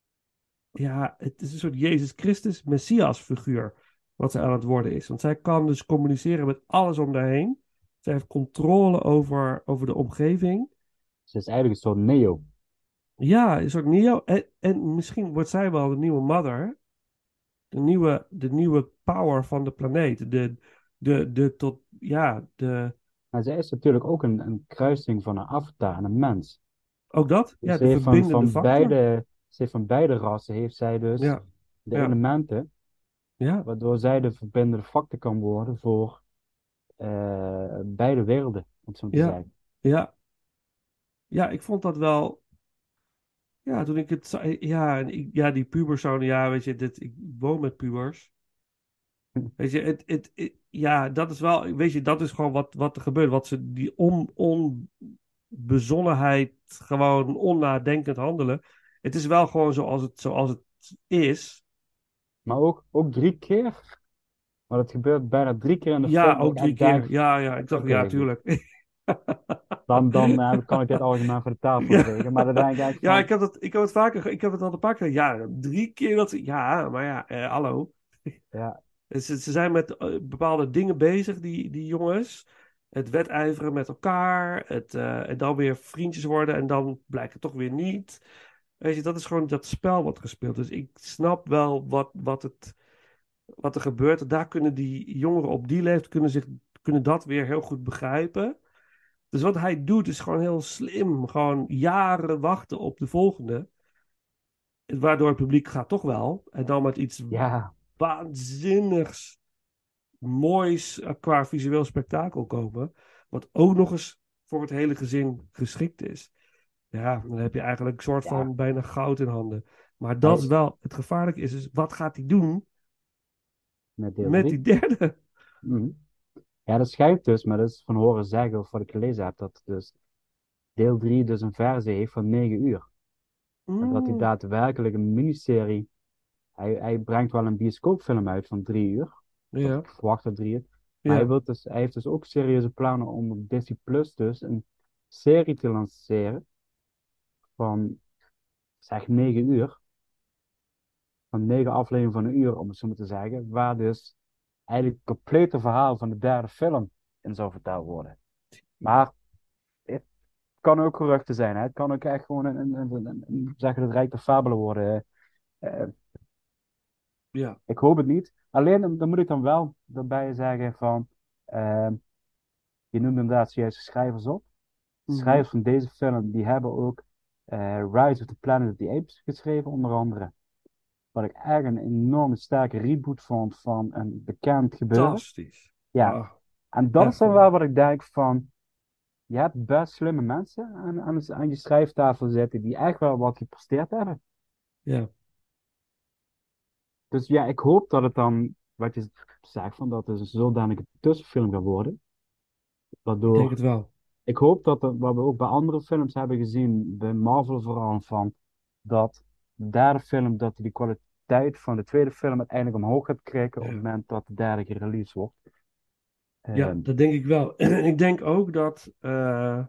ja, het is een soort Jezus Christus Messias figuur wat zij aan het worden is. Want zij kan dus communiceren met alles om haar heen. Zij heeft controle over, over de omgeving. Ze is eigenlijk een soort Neo. Ja, een soort Neo. En, en misschien wordt zij wel de nieuwe mother. De nieuwe, de nieuwe power van de planeet. De, de, de tot, ja, de, Maar zij is natuurlijk ook een, een kruising van een avatar en een mens. ook dat. Dus Ja, ze de heeft van, verbindende van factor. beide, ze heeft van beide rassen heeft zij dus Ja, de ja, elementen, ja, waardoor zij de verbindende factor kan worden voor eh, beide werelden, om het zo te ja, zeggen. ja. Ja, ik vond dat wel. Ja, toen ik het zag. Ja, en ik- ja die puberzonen. Ja, weet je, dit, ik woon met pubers. Weet je, het, het, het- ja, dat is wel. Weet je, dat is gewoon wat, wat er gebeurt. Wat ze, die on, onbezonnenheid, gewoon onnadenkend handelen. Het is wel gewoon zoals het, zoals het is. Maar ook, ook drie keer, want het gebeurt bijna drie keer in de Ja, film dat ook ik drie echt keer. denk, Ja, ja, ik dacht, oké, ja, tuurlijk. Dan, dan eh, kan ik dit argument voor de tafel Ja, krijgen. Maar dan denk ik eigenlijk ja, ik van, heb het, ik heb het vaker, ik heb het al een paar keer, ja, drie keer dat, ja, maar ja, eh, hallo. ja, Ze, ze zijn met eh, bepaalde dingen bezig, die, die jongens. Het wedijveren met elkaar, het, eh, en dan weer vriendjes worden en dan blijkt het toch weer niet. Weet je, dat is gewoon dat spel wat gespeeld is. Ik snap wel wat, wat, het, wat er gebeurt. Daar kunnen die jongeren op die leeftijd kunnen, zich, kunnen dat weer heel goed begrijpen. Dus wat hij doet is gewoon heel slim. Gewoon jaren wachten op de volgende. Waardoor het publiek gaat toch wel. En dan met iets ja, waanzinnigs moois eh, qua visueel spektakel komen. Wat ook nog eens voor het hele gezin geschikt is. Ja, dan heb je eigenlijk een soort ja. van bijna goud in handen. Maar dat is Hij, wel, het gevaarlijke is, is wat gaat hij doen met deel met die drie. derde? Mhm. Ja, dat schijnt dus, maar dat is van horen zeggen of wat ik gelezen heb, dat dus deel drie dus een versie heeft van negen uur. En dat hij Mm, daadwerkelijk een miniserie, hij, hij brengt wel een bioscoopfilm uit van drie uur, of ja, ik verwacht dat drie uur, maar hij, ja. wil dus, hij heeft dus ook serieuze plannen om op Disney Plus dus een serie te lanceren van, zeg, negen uur, van negen afleveringen van een uur, om het zo maar te zeggen, waar dus eigenlijk het complete verhaal van de derde film in zou verteld worden. Maar het kan ook geruchten zijn, hè? Het kan ook echt gewoon een, een, een, een, een zeggen het rijk der fabelen worden. Eh, Ja. ik hoop het niet. Alleen dan, dan moet ik dan wel erbij zeggen van, eh, je noemt inderdaad zojuist de schrijvers op. De Mhm. schrijvers van deze film, die hebben ook eh, Rise of the Planet of the Apes geschreven, onder andere. Wat ik echt een enorme sterke reboot vond van een bekend gebeuren. Fantastisch. Ja, Ah, en dat is echt dan waar. wel wat ik denk van, je hebt best slimme mensen aan, aan, aan je schrijftafel zitten die echt wel wat gepresteerd hebben. Ja, Dus ja, ik hoop dat het dan, wat je zegt, van dat het een zodanige tussenfilm gaat worden. ik denk Waardoor, het wel. ik hoop dat, het, wat we ook bij andere films hebben gezien, bij Marvel vooral, van dat de derde film, dat die kwaliteit van de tweede film uiteindelijk omhoog gaat krijgen op het Ja. moment dat de derde gereleased wordt. Ja, Ehm, dat denk ik wel. Ik denk ook dat, eh,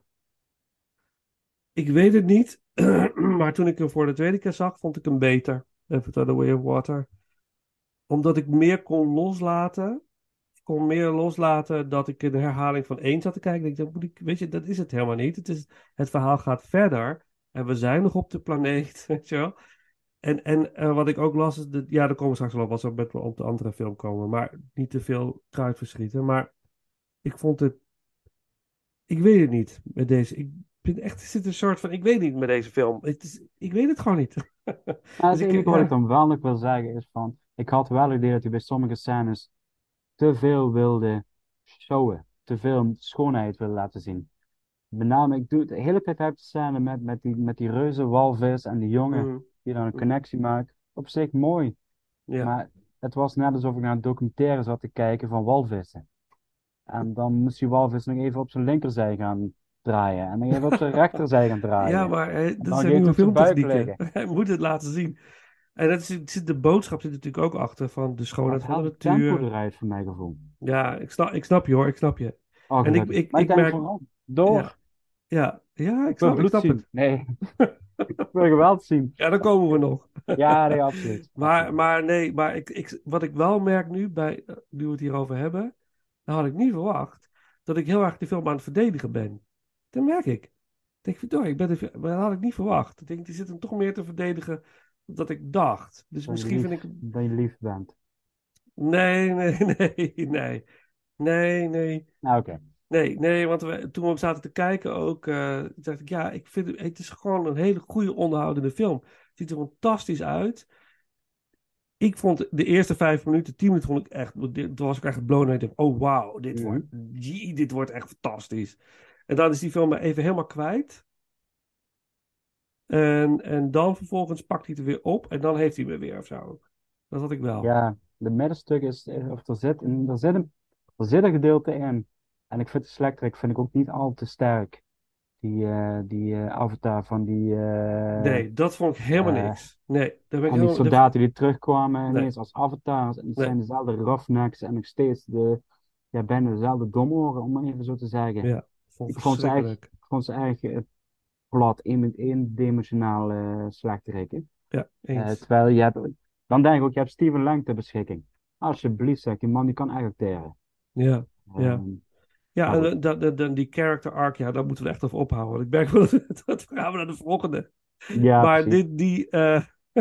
ik weet het niet, maar toen ik hem voor de tweede keer zag, vond ik hem beter. Avatar The Way of Water. Omdat ik meer kon loslaten. Ik kon meer loslaten dat ik in de herhaling van één zat te kijken. Ik dacht, moet ik, weet je, dat is het helemaal niet. Het is, het verhaal gaat verder. En we zijn nog op de planeet, weet je wel. En, en eh, wat ik ook las, is, de, ja, daar komen we straks wel op, als we met op de andere film komen. Maar niet te veel kruid verschieten. Maar ik vond het, ik weet het niet met deze. Ik vind echt, er zit een soort van, ik weet niet met deze film. Het is, ik weet het gewoon niet. maar Dus het ik, enige wat ik ja, dan wel nog wil zeggen is van, ik had wel het idee dat hij bij sommige scènes te veel wilde showen, te veel schoonheid wilde laten zien. Met name, ik doe de hele tijd heb de scène met, met die, met die reuze walvis en die jongen mm, die dan een mm, connectie maakt. Op zich mooi, ja. maar het was net alsof ik naar een documentaire zat te kijken van walvissen. En dan moest die walvis nog even op zijn linkerzij gaan draaien en dan even op zijn rechterzij gaan Ja, draaien. maar eh, En dat dan zijn ging het nieuwe op zijn buik filmtechnieken. liggen. Hij moet het laten zien. En dat is, zit, de boodschap zit natuurlijk ook achter van de Maar schoonheid het van de haalt het tempo natuur. eruit voor mijn gevoel. Ja, ik snap, ik snap je hoor, ik snap je. Oh, En ik, gelukkig. ik, Maar ik ik denk merk, van, oh, ja, door. ja, ja, ik Ik wil snap, ik bloed snap het. zien. Nee, ik wil geweld zien. Ja, dan komen we nog. Ja, nee, absoluut. Maar, Absoluut. maar nee, maar ik, ik, wat ik wel merk nu, bij, eh, nu we het hierover hebben, dan had ik niet verwacht dat ik heel erg de film aan het verdedigen ben. Dat merk ik. Ik denk, verdorie, ik ben de, maar dat had ik niet verwacht. Ik denk, die zit hem toch meer te verdedigen dan dat ik dacht. Dus Dat je misschien vind lief, ik... dat je lief bent. Nee, nee, nee, nee. Nee, nee. Nou, oké. Nee, nee, want we, toen we hem zaten te kijken ook, eh, dacht ik, ja, ik vind het, het is gewoon een hele goede onderhoudende film. Het ziet er fantastisch uit. Ik vond de eerste vijf minuten, tien minuten vond ik echt, toen was ik echt blown. En ik dacht, oh wauw, dit Mhm. wordt, jee, dit wordt echt fantastisch. En dan is die film me even helemaal kwijt. En, en dan vervolgens pakt hij het er weer op en dan heeft hij me weer of zo. Dat had ik wel. Ja, de middenstuk is, eh, of er zit, een, er zit een, er zit een gedeelte in. En ik vind de slechterik vind ik ook niet al te sterk. Die, eh, die eh, avatar van die, eh, Nee, dat vond ik helemaal eh, niks. Nee, daar ben ik van die helemaal... daar- soldaten die terugkwamen Nee, ineens als avatars. En het nee, zijn dezelfde roughnecks en nog steeds de, ja, bijna dezelfde domoren, om maar even zo te zeggen. ja. vond Ik vond ze erg, verschrikkelijk. ik vond ze erg eh, plat, één eendimensionaal eh slechterikken. Ja, Eh, eens. terwijl je hebt, dan denk ik ook, je hebt Steven Lang ter beschikking. Alsjeblieft, zeg die man, die kan echt acteren. Ja, ja. Ehm, Ja, maar en goed. dan dan- dan- dan die character arc, ja, daar moeten we echt over ophouden. Want ik merk wel dat, dat we gaan we naar de volgende. Ja, Maar precies. dit, die, eh,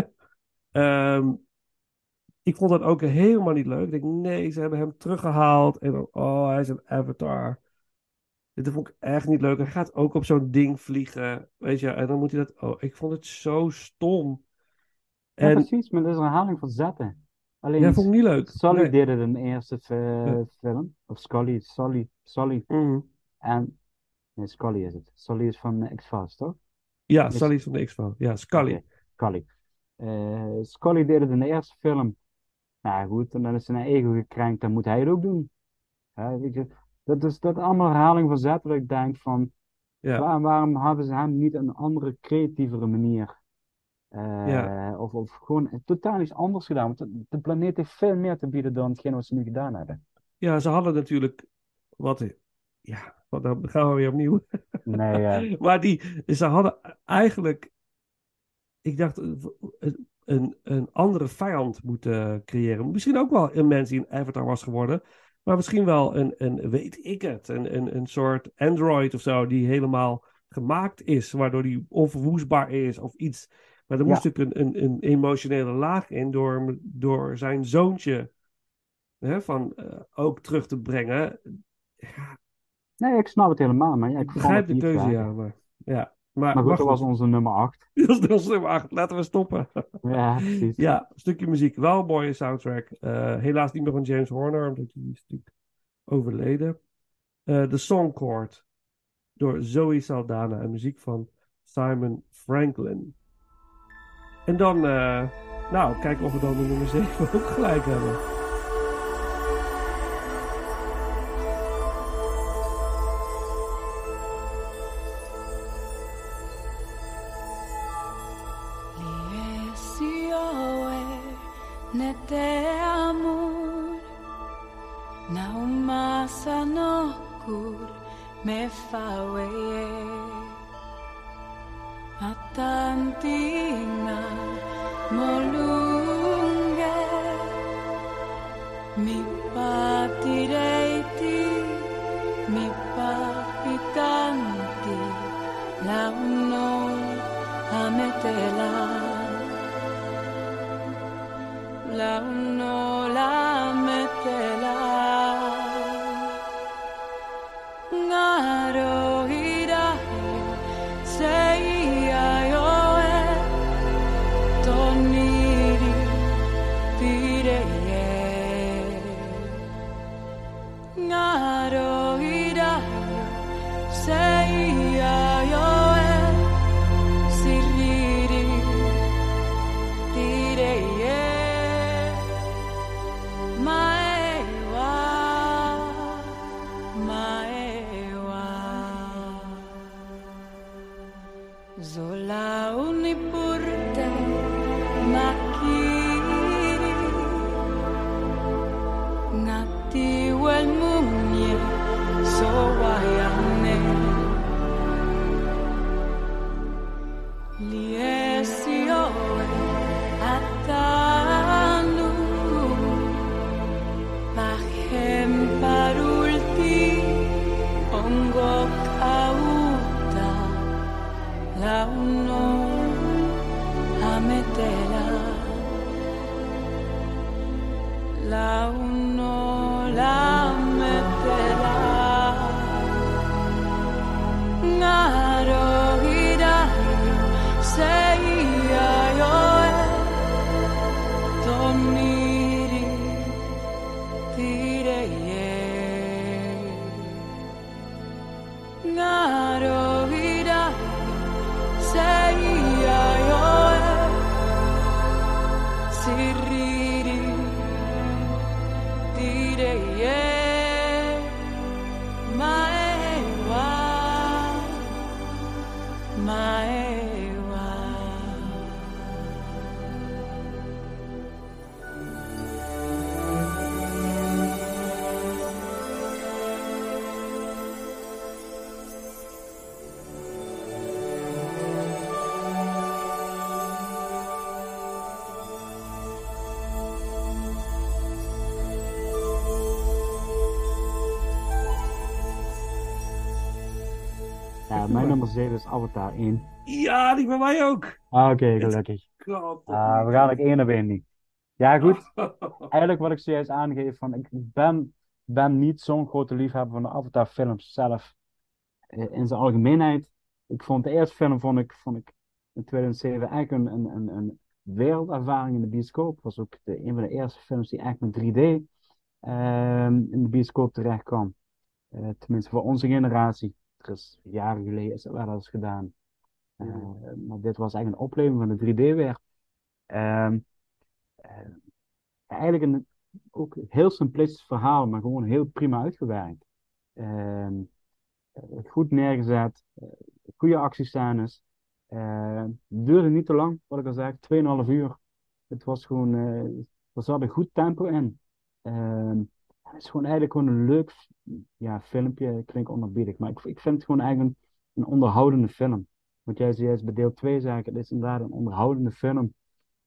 ehm, ik vond dat ook helemaal niet leuk. Ik denk, nee, ze hebben hem teruggehaald. En dan, oh, hij is een avatar. Dit vond ik echt niet leuk. Hij gaat ook op zo'n ding vliegen. Weet je, en dan moet hij dat. Oh, ik vond het zo stom. Ja, En precies, maar dat is een herhaling van zetten. ja, Alleen vond ik niet leuk. Sully Nee. deed het in de eerste Ja. eh, film. Of Scully, Sully, Sully. Mhm. En, nee, Scully is het. Sully is van eh, X-Files, toch? Ja, Is- Sally is van de X-Files. Ja, Scully. Oké, Scully. Eh, Scully deed het in de eerste film. Nou goed, en dan is zijn ego gekrenkt, dan moet hij het ook doen. Ja, weet je, dat is dat is allemaal herhaling van zetten, dat ik denk van, Ja, waar- waarom hebben ze hem niet een andere, creatievere manier, eh, ja. of, of gewoon totaal iets anders gedaan? Want de, de planeet heeft veel meer te bieden dan hetgeen wat ze nu gedaan hebben. Ja, ze hadden natuurlijk. Wat. Ja, wat, dan gaan we weer opnieuw. Nee, eh, Maar die, ze hadden eigenlijk. Ik dacht. Een, een, een andere vijand moeten creëren. Misschien ook wel een mens die een avatar was geworden. Maar misschien wel een, een weet ik het. Een, een, een soort android of zo. Die helemaal gemaakt is. Waardoor die onverwoestbaar is of iets. Maar er Ja. moest natuurlijk een, een, een emotionele laag in. Door, door zijn zoontje. Hè, van eh, ook terug te brengen. Ja, nee, ik snap het helemaal, maar ja, ik ik vond begrijp het de niet keuze, werken. ja. Maar, ja. Maar Maar, goed, maar dat was goed. onze nummer acht. Dat is ons nummer acht. Laten we stoppen. Ja, precies. Ja, een stukje muziek. Wel een mooie soundtrack. Eh, helaas niet meer van James Horner, omdat hij is natuurlijk overleden. Eh The Song Chord door Zoe Saldana en muziek van Simon Franklin. En dan, eh, nou, kijken of we dan de nummer zeven ook gelijk hebben. Nete amor na umasa no kur me fawe atantina molunge mi patireiti mi papitanti la uno ametela la uno la metela ngaro hirahe seia yoe toniri tireye ngaro hirahe seia yoe siriri tireye Maewa, maewa, zola unipurte makiri, nati wel mumye so wayane, liesioe atanu. Pahem parulti ongo kauta la uno ametela la uno la metela ngaro hirayo seia yoe toniri tireye ngaro hirayo seia yoe siriri tireye maewa maewa Ja, mijn nummer zeven is Avatar één. Ja, die bij mij ook. Ah, oké, gelukkig. God, Ah, we gaan ook één op één niet. Ja, goed. Eigenlijk wat ik zojuist aangeef, van ik ben, ben niet zo'n grote liefhebber van de Avatar films zelf. eh, In zijn algemeenheid. Ik vond de eerste film vond ik, vond ik in tweeduizend zeven echt een, een, een, een wereldervaring in de bioscoop. Was ook de, een van de eerste films die echt met drie D ehm, in de bioscoop terecht kwam. Eh, tenminste voor onze generatie. Er is jaren geleden is dat wel eens gedaan. Eh, maar dit was eigenlijk een opleving van de drie D weer. Ehm, eh, Eigenlijk een ook heel simplistisch verhaal, maar gewoon heel prima uitgewerkt. Ehm, eh, Goed neergezet, eh, goede actiescènes. Eh, duurde niet te lang, wat ik al zei, tweeënhalf uur. Het was gewoon, eh, er zat een goed tempo in. Ehm, het is gewoon eigenlijk gewoon een leuk ja, filmpje, klinkt onerbiedig, maar ik, ik vind het gewoon eigenlijk een, een onderhoudende film. Want jij zei juist bij deel twee zei ik, het is inderdaad een onderhoudende film.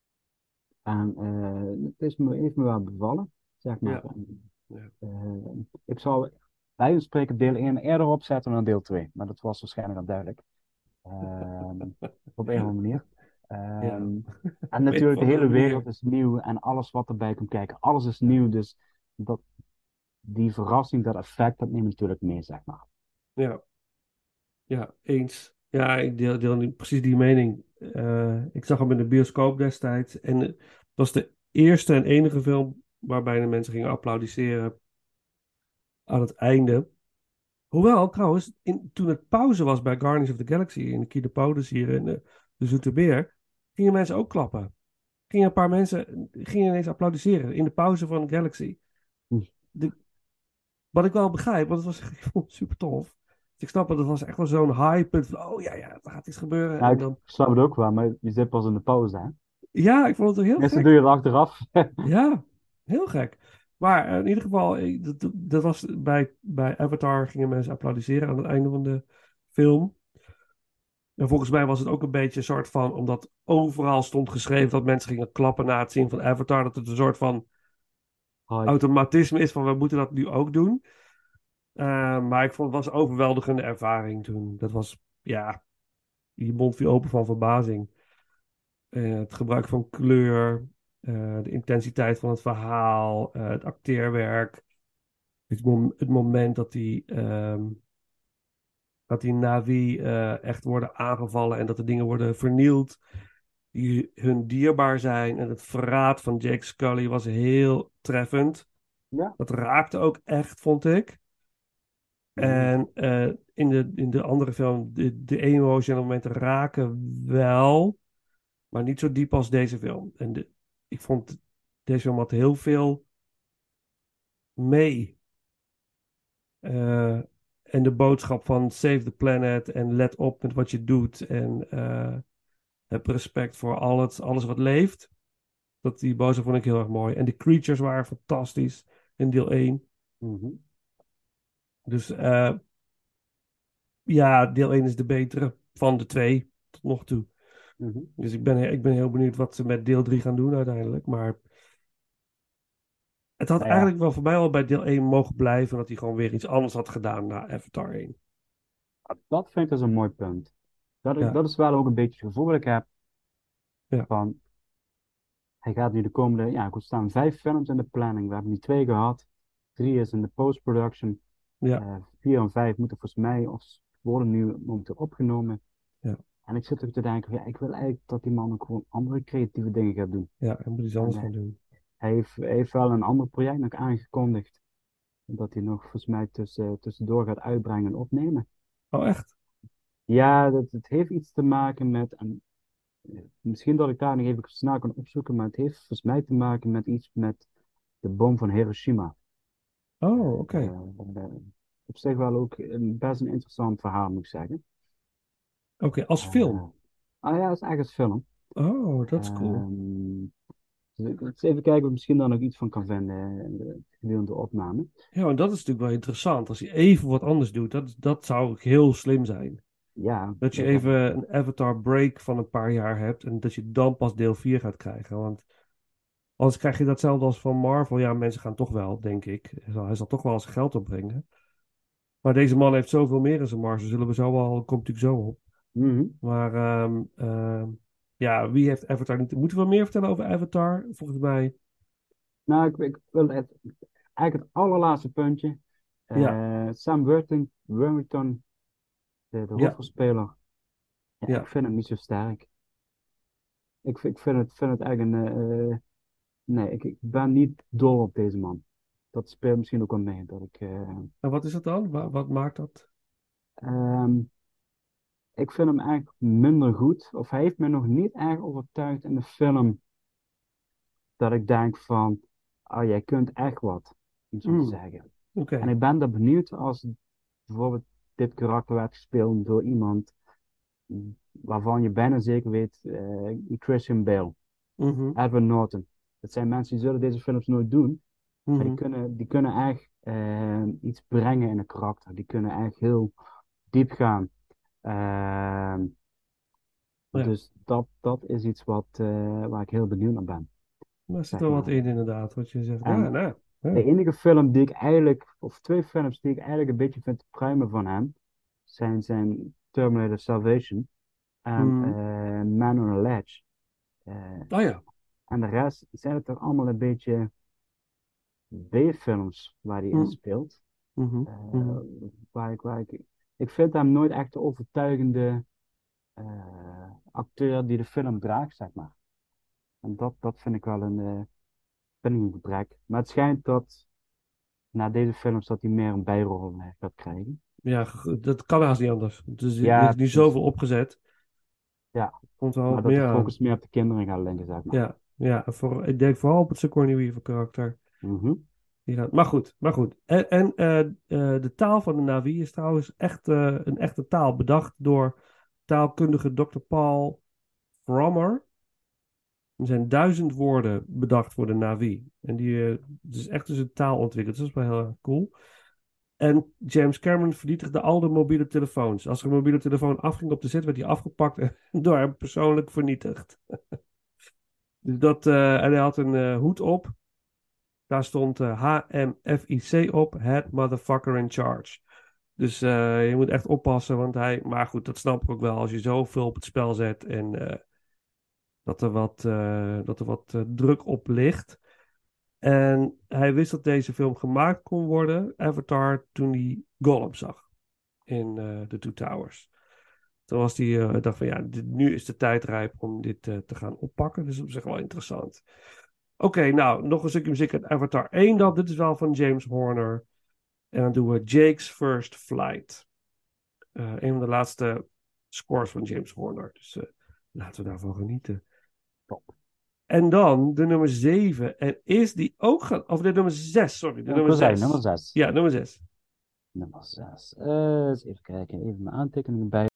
En eh, het is me, heeft me wel bevallen, zeg maar. Ja. En, Ja. eh, ik zou bij wijze van spreken deel één eerder opzetten dan deel twee. Maar dat was waarschijnlijk al duidelijk. Ehm, op een of andere manier. Ehm, En natuurlijk, de Op een hele andere wereld manier. is nieuw en alles wat erbij komt kijken. Alles is nieuw, dus dat, die verrassing, dat effect, dat neemt natuurlijk mee, zeg maar. Ja, ja, eens. Ja, ik deel, deel nu precies die mening. Eh, ik zag hem in de bioscoop destijds. En het was de eerste en enige film waarbij de mensen gingen applaudisseren aan het einde. Hoewel, trouwens, in, toen het pauze was bij Guardians of the Galaxy, in de Kinepolis hier in de, de Zoete Beer, gingen mensen ook klappen. Gingen een paar mensen gingen ineens applaudisseren in de pauze van Galaxy. Hm. De, wat ik wel begrijp, want het was ik vond het super tof. Dus ik snap het, het was echt wel zo'n hype. Van, oh ja, ja, er gaat iets gebeuren. Ja, En ik dan, snap het ook wel, maar je zit pas in de pauze, hè? ja, ik vond het ook heel Meestal gek. doe je het achteraf. Ja, heel gek. Maar eh, in ieder geval, eh, dat, dat- dat was bij, bij Avatar gingen mensen applaudisseren aan het einde van de film. En volgens mij was het ook een beetje een soort van, omdat overal stond geschreven dat mensen gingen klappen na het zien van Avatar, dat het een soort van Hype. automatisme is van we moeten dat nu ook doen. Eh, maar ik vond het was een overweldigende ervaring toen. Dat was, ja, je mond viel open van verbazing. Eh, het gebruik van kleur, eh, de intensiteit van het verhaal, eh, het acteerwerk. Het, mom- het moment dat die, ehm, dat die Navi eh, echt worden aangevallen en dat de dingen worden vernield die hun dierbaar zijn. En het verraad van Jake Scully was heel treffend. Ja. Dat raakte ook echt, vond ik. En eh, in, de, in de andere film, de, de emotionele momenten raken wel, maar niet zo diep als deze film. En de, ik vond deze film had heel veel mee. Eh, en de boodschap van save the planet en let op met wat je doet. En eh, heb respect voor alles, alles wat leeft. Dat, die boodschap vond ik heel erg mooi. En de creatures waren fantastisch in deel één. Mhm. Dus eh, ja, deel één is de betere van de twee tot nog toe. Mhm. Dus ik ben, ik ben heel benieuwd wat ze met deel drie gaan doen uiteindelijk. Maar het had Nou ja. eigenlijk wel voor mij al bij deel één mogen blijven. Dat hij gewoon weer iets anders had gedaan na Avatar één. Dat vind ik dus een mooi punt. Dat, Ja. dat is wel ook een beetje het gevoel dat ik heb. Ja. Van, hij gaat nu de komende, ja, goed, er staan vijf films in de planning. We hebben nu twee gehad. Drie is in de post-production. Ja. Eh, vier en vijf moeten volgens mij, of worden nu momenteel opgenomen. Ja. En ik zit ook te denken, ja, ik wil eigenlijk dat die man ook gewoon andere creatieve dingen gaat doen. Ja, hij moet iets anders En, gaan doen. Hij heeft, hij heeft wel een ander project nog aangekondigd. Dat hij nog volgens mij tussen, tussendoor gaat uitbrengen en opnemen. Oh, echt? Ja, dat, het heeft iets te maken met, en, eh, misschien dat ik daar nog even snel kan opzoeken, maar het heeft volgens mij te maken met iets met de bom van Hiroshima. Oh, oké. Eh, eh, op zich wel ook een, best een interessant verhaal, moet ik zeggen. Oké, als film. Ah ja, dat is echt een film. Oh, dat is cool. Ehm, dus ik eens even kijken of ik misschien daar nog iets van kan vinden in de gedurende de opname. Ja, en dat is natuurlijk wel interessant. Als je even wat anders doet, dat, dat zou ook heel slim zijn. Ja, Dat je dat- even een Avatar break van een paar jaar hebt en dat je dan pas deel vier gaat krijgen. Want anders krijg je datzelfde als van Marvel. Ja, mensen gaan toch wel, denk ik. Hij zal, hij zal toch wel zijn geld opbrengen. Maar deze man heeft zoveel meer in zijn mars. Daar zullen we zo wel, komt natuurlijk zo op. Mhm. Maar ehm, ehm, ja, wie heeft Avatar niet? Moeten we meer vertellen over Avatar? Volgens mij. Nou, ik, ik wil het, eigenlijk het allerlaatste puntje. Ja. Eh, Sam Worthing, Worthington, de, de Ja. hoofdrolspeler. Ja, Ja. Ik vind hem niet zo sterk. Ik, vind- ik vind het, vind het eigenlijk een... eh, eh, nee, ik, ik ben niet dol op deze man. Dat speelt misschien ook wel mee. Dat ik, eh, En wat is het dan? Wa- wat maakt dat? ehm, ik vind hem eigenlijk minder goed. Of hij heeft me nog niet echt overtuigd in de film. Dat ik denk van... Oh, jij kunt echt wat. Om zo te Mm, zeggen. Oké. En ik ben dan benieuwd als bijvoorbeeld dit karakter werd gespeeld door iemand waarvan je bijna zeker weet, eh, Christian Bale, Mhm, Edward Norton. Dat zijn mensen die zullen deze films nooit doen, maar die mhm. kunnen, die kunnen echt eh, iets brengen in een karakter. Die kunnen echt heel diep gaan. Ehm, Ja, dus dat, dat is iets wat, eh, waar ik heel benieuwd naar ben, daar zit zeg wel wat maar. in inderdaad, wat je zegt. Ja, En nou. de Ja. enige film die ik eigenlijk, of twee films die ik eigenlijk een beetje vind te pruimen van hem, zijn, zijn Terminator Salvation en Mhm. eh, Man on a Ledge. Eh, Oh ja. en de rest zijn het toch allemaal een beetje B-films waar hij in Mhm, speelt. mhm, Eh, mhm. waar ik, waar ik, ik vind hem nooit echt de overtuigende eh, acteur die de film draagt, zeg maar. En dat, dat vind ik wel een, eh, vind ik een gebrek. Maar het schijnt dat na deze films dat hij meer een bijrol eh, gaat krijgen. Ja, g- dat kan haast niet anders. Dus er Ja, is nu precies. zoveel opgezet. Ja, Komt er wel maar wat dat de meer aan. focus meer op de kinderen gaat liggen, zeg maar. Ja, ja voor, ik denk vooral op het Sigourney Weaver karakter. Mhm. Die gaat, maar goed, maar goed. En, en eh, eh, de taal van de Na'vi is trouwens echt eh, een echte taal. Bedacht door taalkundige dokter Paul Frommer. Er zijn duizend woorden bedacht voor de Na'vi. En die, eh, het is echt dus een taal ontwikkeld. Dat is wel heel erg cool. En James Cameron vernietigde al de mobiele telefoons. Als er een mobiele telefoon afging op de set, werd die afgepakt en door hem persoonlijk vernietigd. Dus dat, eh, en hij had een eh, hoed op. Daar stond eh, H M F I C op, Head Motherfucker in Charge. Dus eh, je moet echt oppassen, want hij... Maar goed, dat snap ik ook wel. Als je zoveel op het spel zet en eh, dat er wat, eh, dat er wat eh, druk op ligt. En hij wist dat deze film gemaakt kon worden, Avatar, toen hij Gollum zag in eh The Two Towers. Toen was hij, eh, dacht van ja, dit, nu is de tijd rijp om dit eh, te gaan oppakken. Dus op zich wel interessant. Oké, nou, nog een stukje muziek uit Avatar één dan. Dit is wel van James Horner. En dan doen we Jake's First Flight. Eh, een van de laatste scores van James Horner. Dus eh, laten we daarvan genieten. En dan de nummer zeven. En is die ook gaan... Of de nummer zes, sorry. De Ik nummer wil zeggen, zes. nummer zes. Ja, nummer zes. Nummer zes. Eh, eens even kijken, even mijn aantekeningen bij.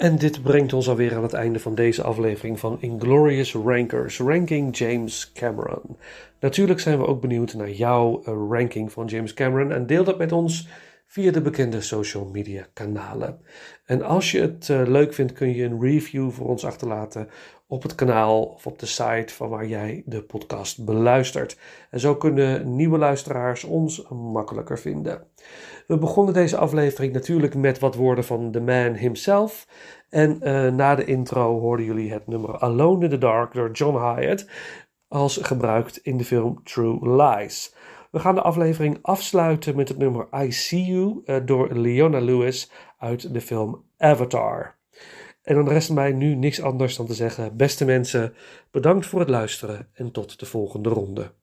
En dit brengt ons alweer aan het einde van deze aflevering van Inglorious Rankers, Ranking James Cameron. Natuurlijk zijn we ook benieuwd naar jouw uh, ranking van James Cameron en deel dat met ons via de bekende social media kanalen. En als je het uh, leuk vindt, kun je een review voor ons achterlaten op het kanaal of op de site van waar jij de podcast beluistert. En zo kunnen nieuwe luisteraars ons makkelijker vinden. We begonnen deze aflevering natuurlijk met wat woorden van The Man himself. En uh, na de intro hoorden jullie het nummer Alone in the Dark door John Hyatt, als gebruikt in de film True Lies. We gaan de aflevering afsluiten met het nummer I See You uh, door Leona Lewis uit de film Avatar. En dan rest mij nu niks anders dan te zeggen, beste mensen, bedankt voor het luisteren en tot de volgende ronde.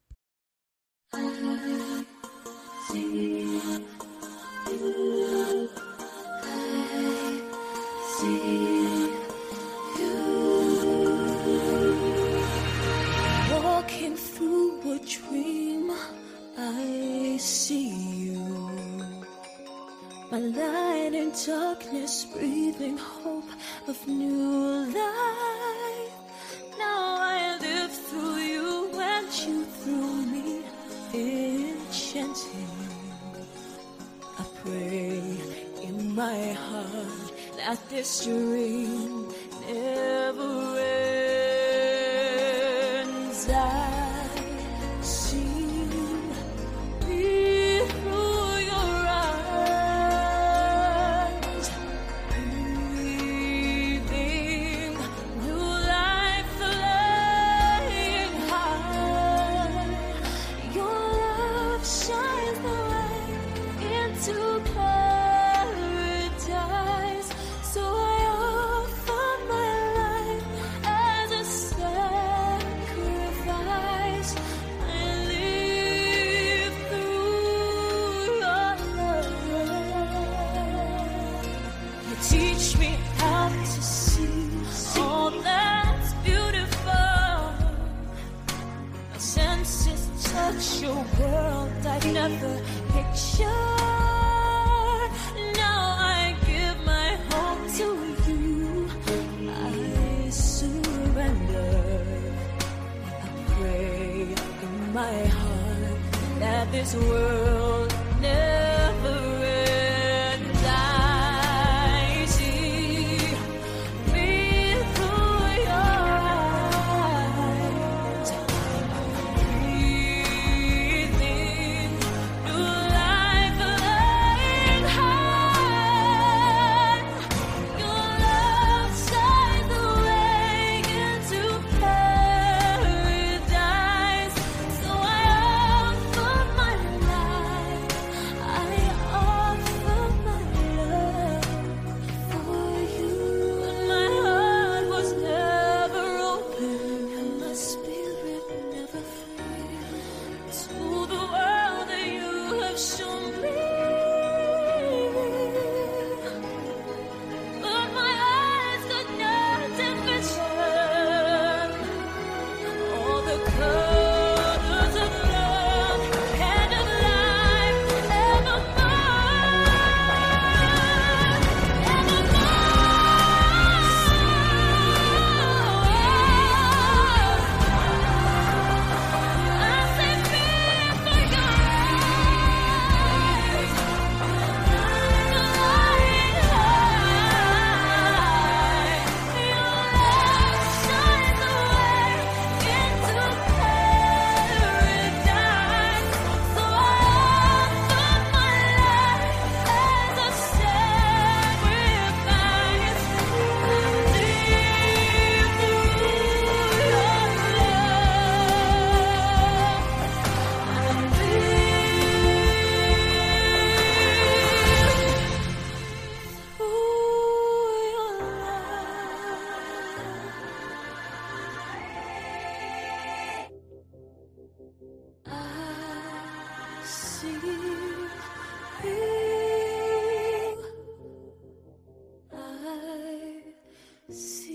Walking through a dream, I see you. My light in darkness, breathing hope of new life. Now I live through you and you through me, enchanting. I pray in my heart that this dream never ends. I see me through your eyes, breathing new life, flying high. Your love shines the way into paradise. So I offer my life as a sacrifice. I live through your love. You teach me how to see all that's beautiful. My senses touch your world I've never pictured. Now I give my heart to you. I surrender. I pray in my heart that this world never ends. I see me through your eyes, breathing new life, flying high. Your love shines the way into paradise. So I offer my life, I offer my love for you. My heart was never open and my spirit never free to the world that you have shown me. But my eyes could not envision all the colors of love and of life evermore, evermore. I say fear for your eyes, flying high. Your love shines the way into paradise. So I offer my life as a sacrifice. I live through your I see you, I see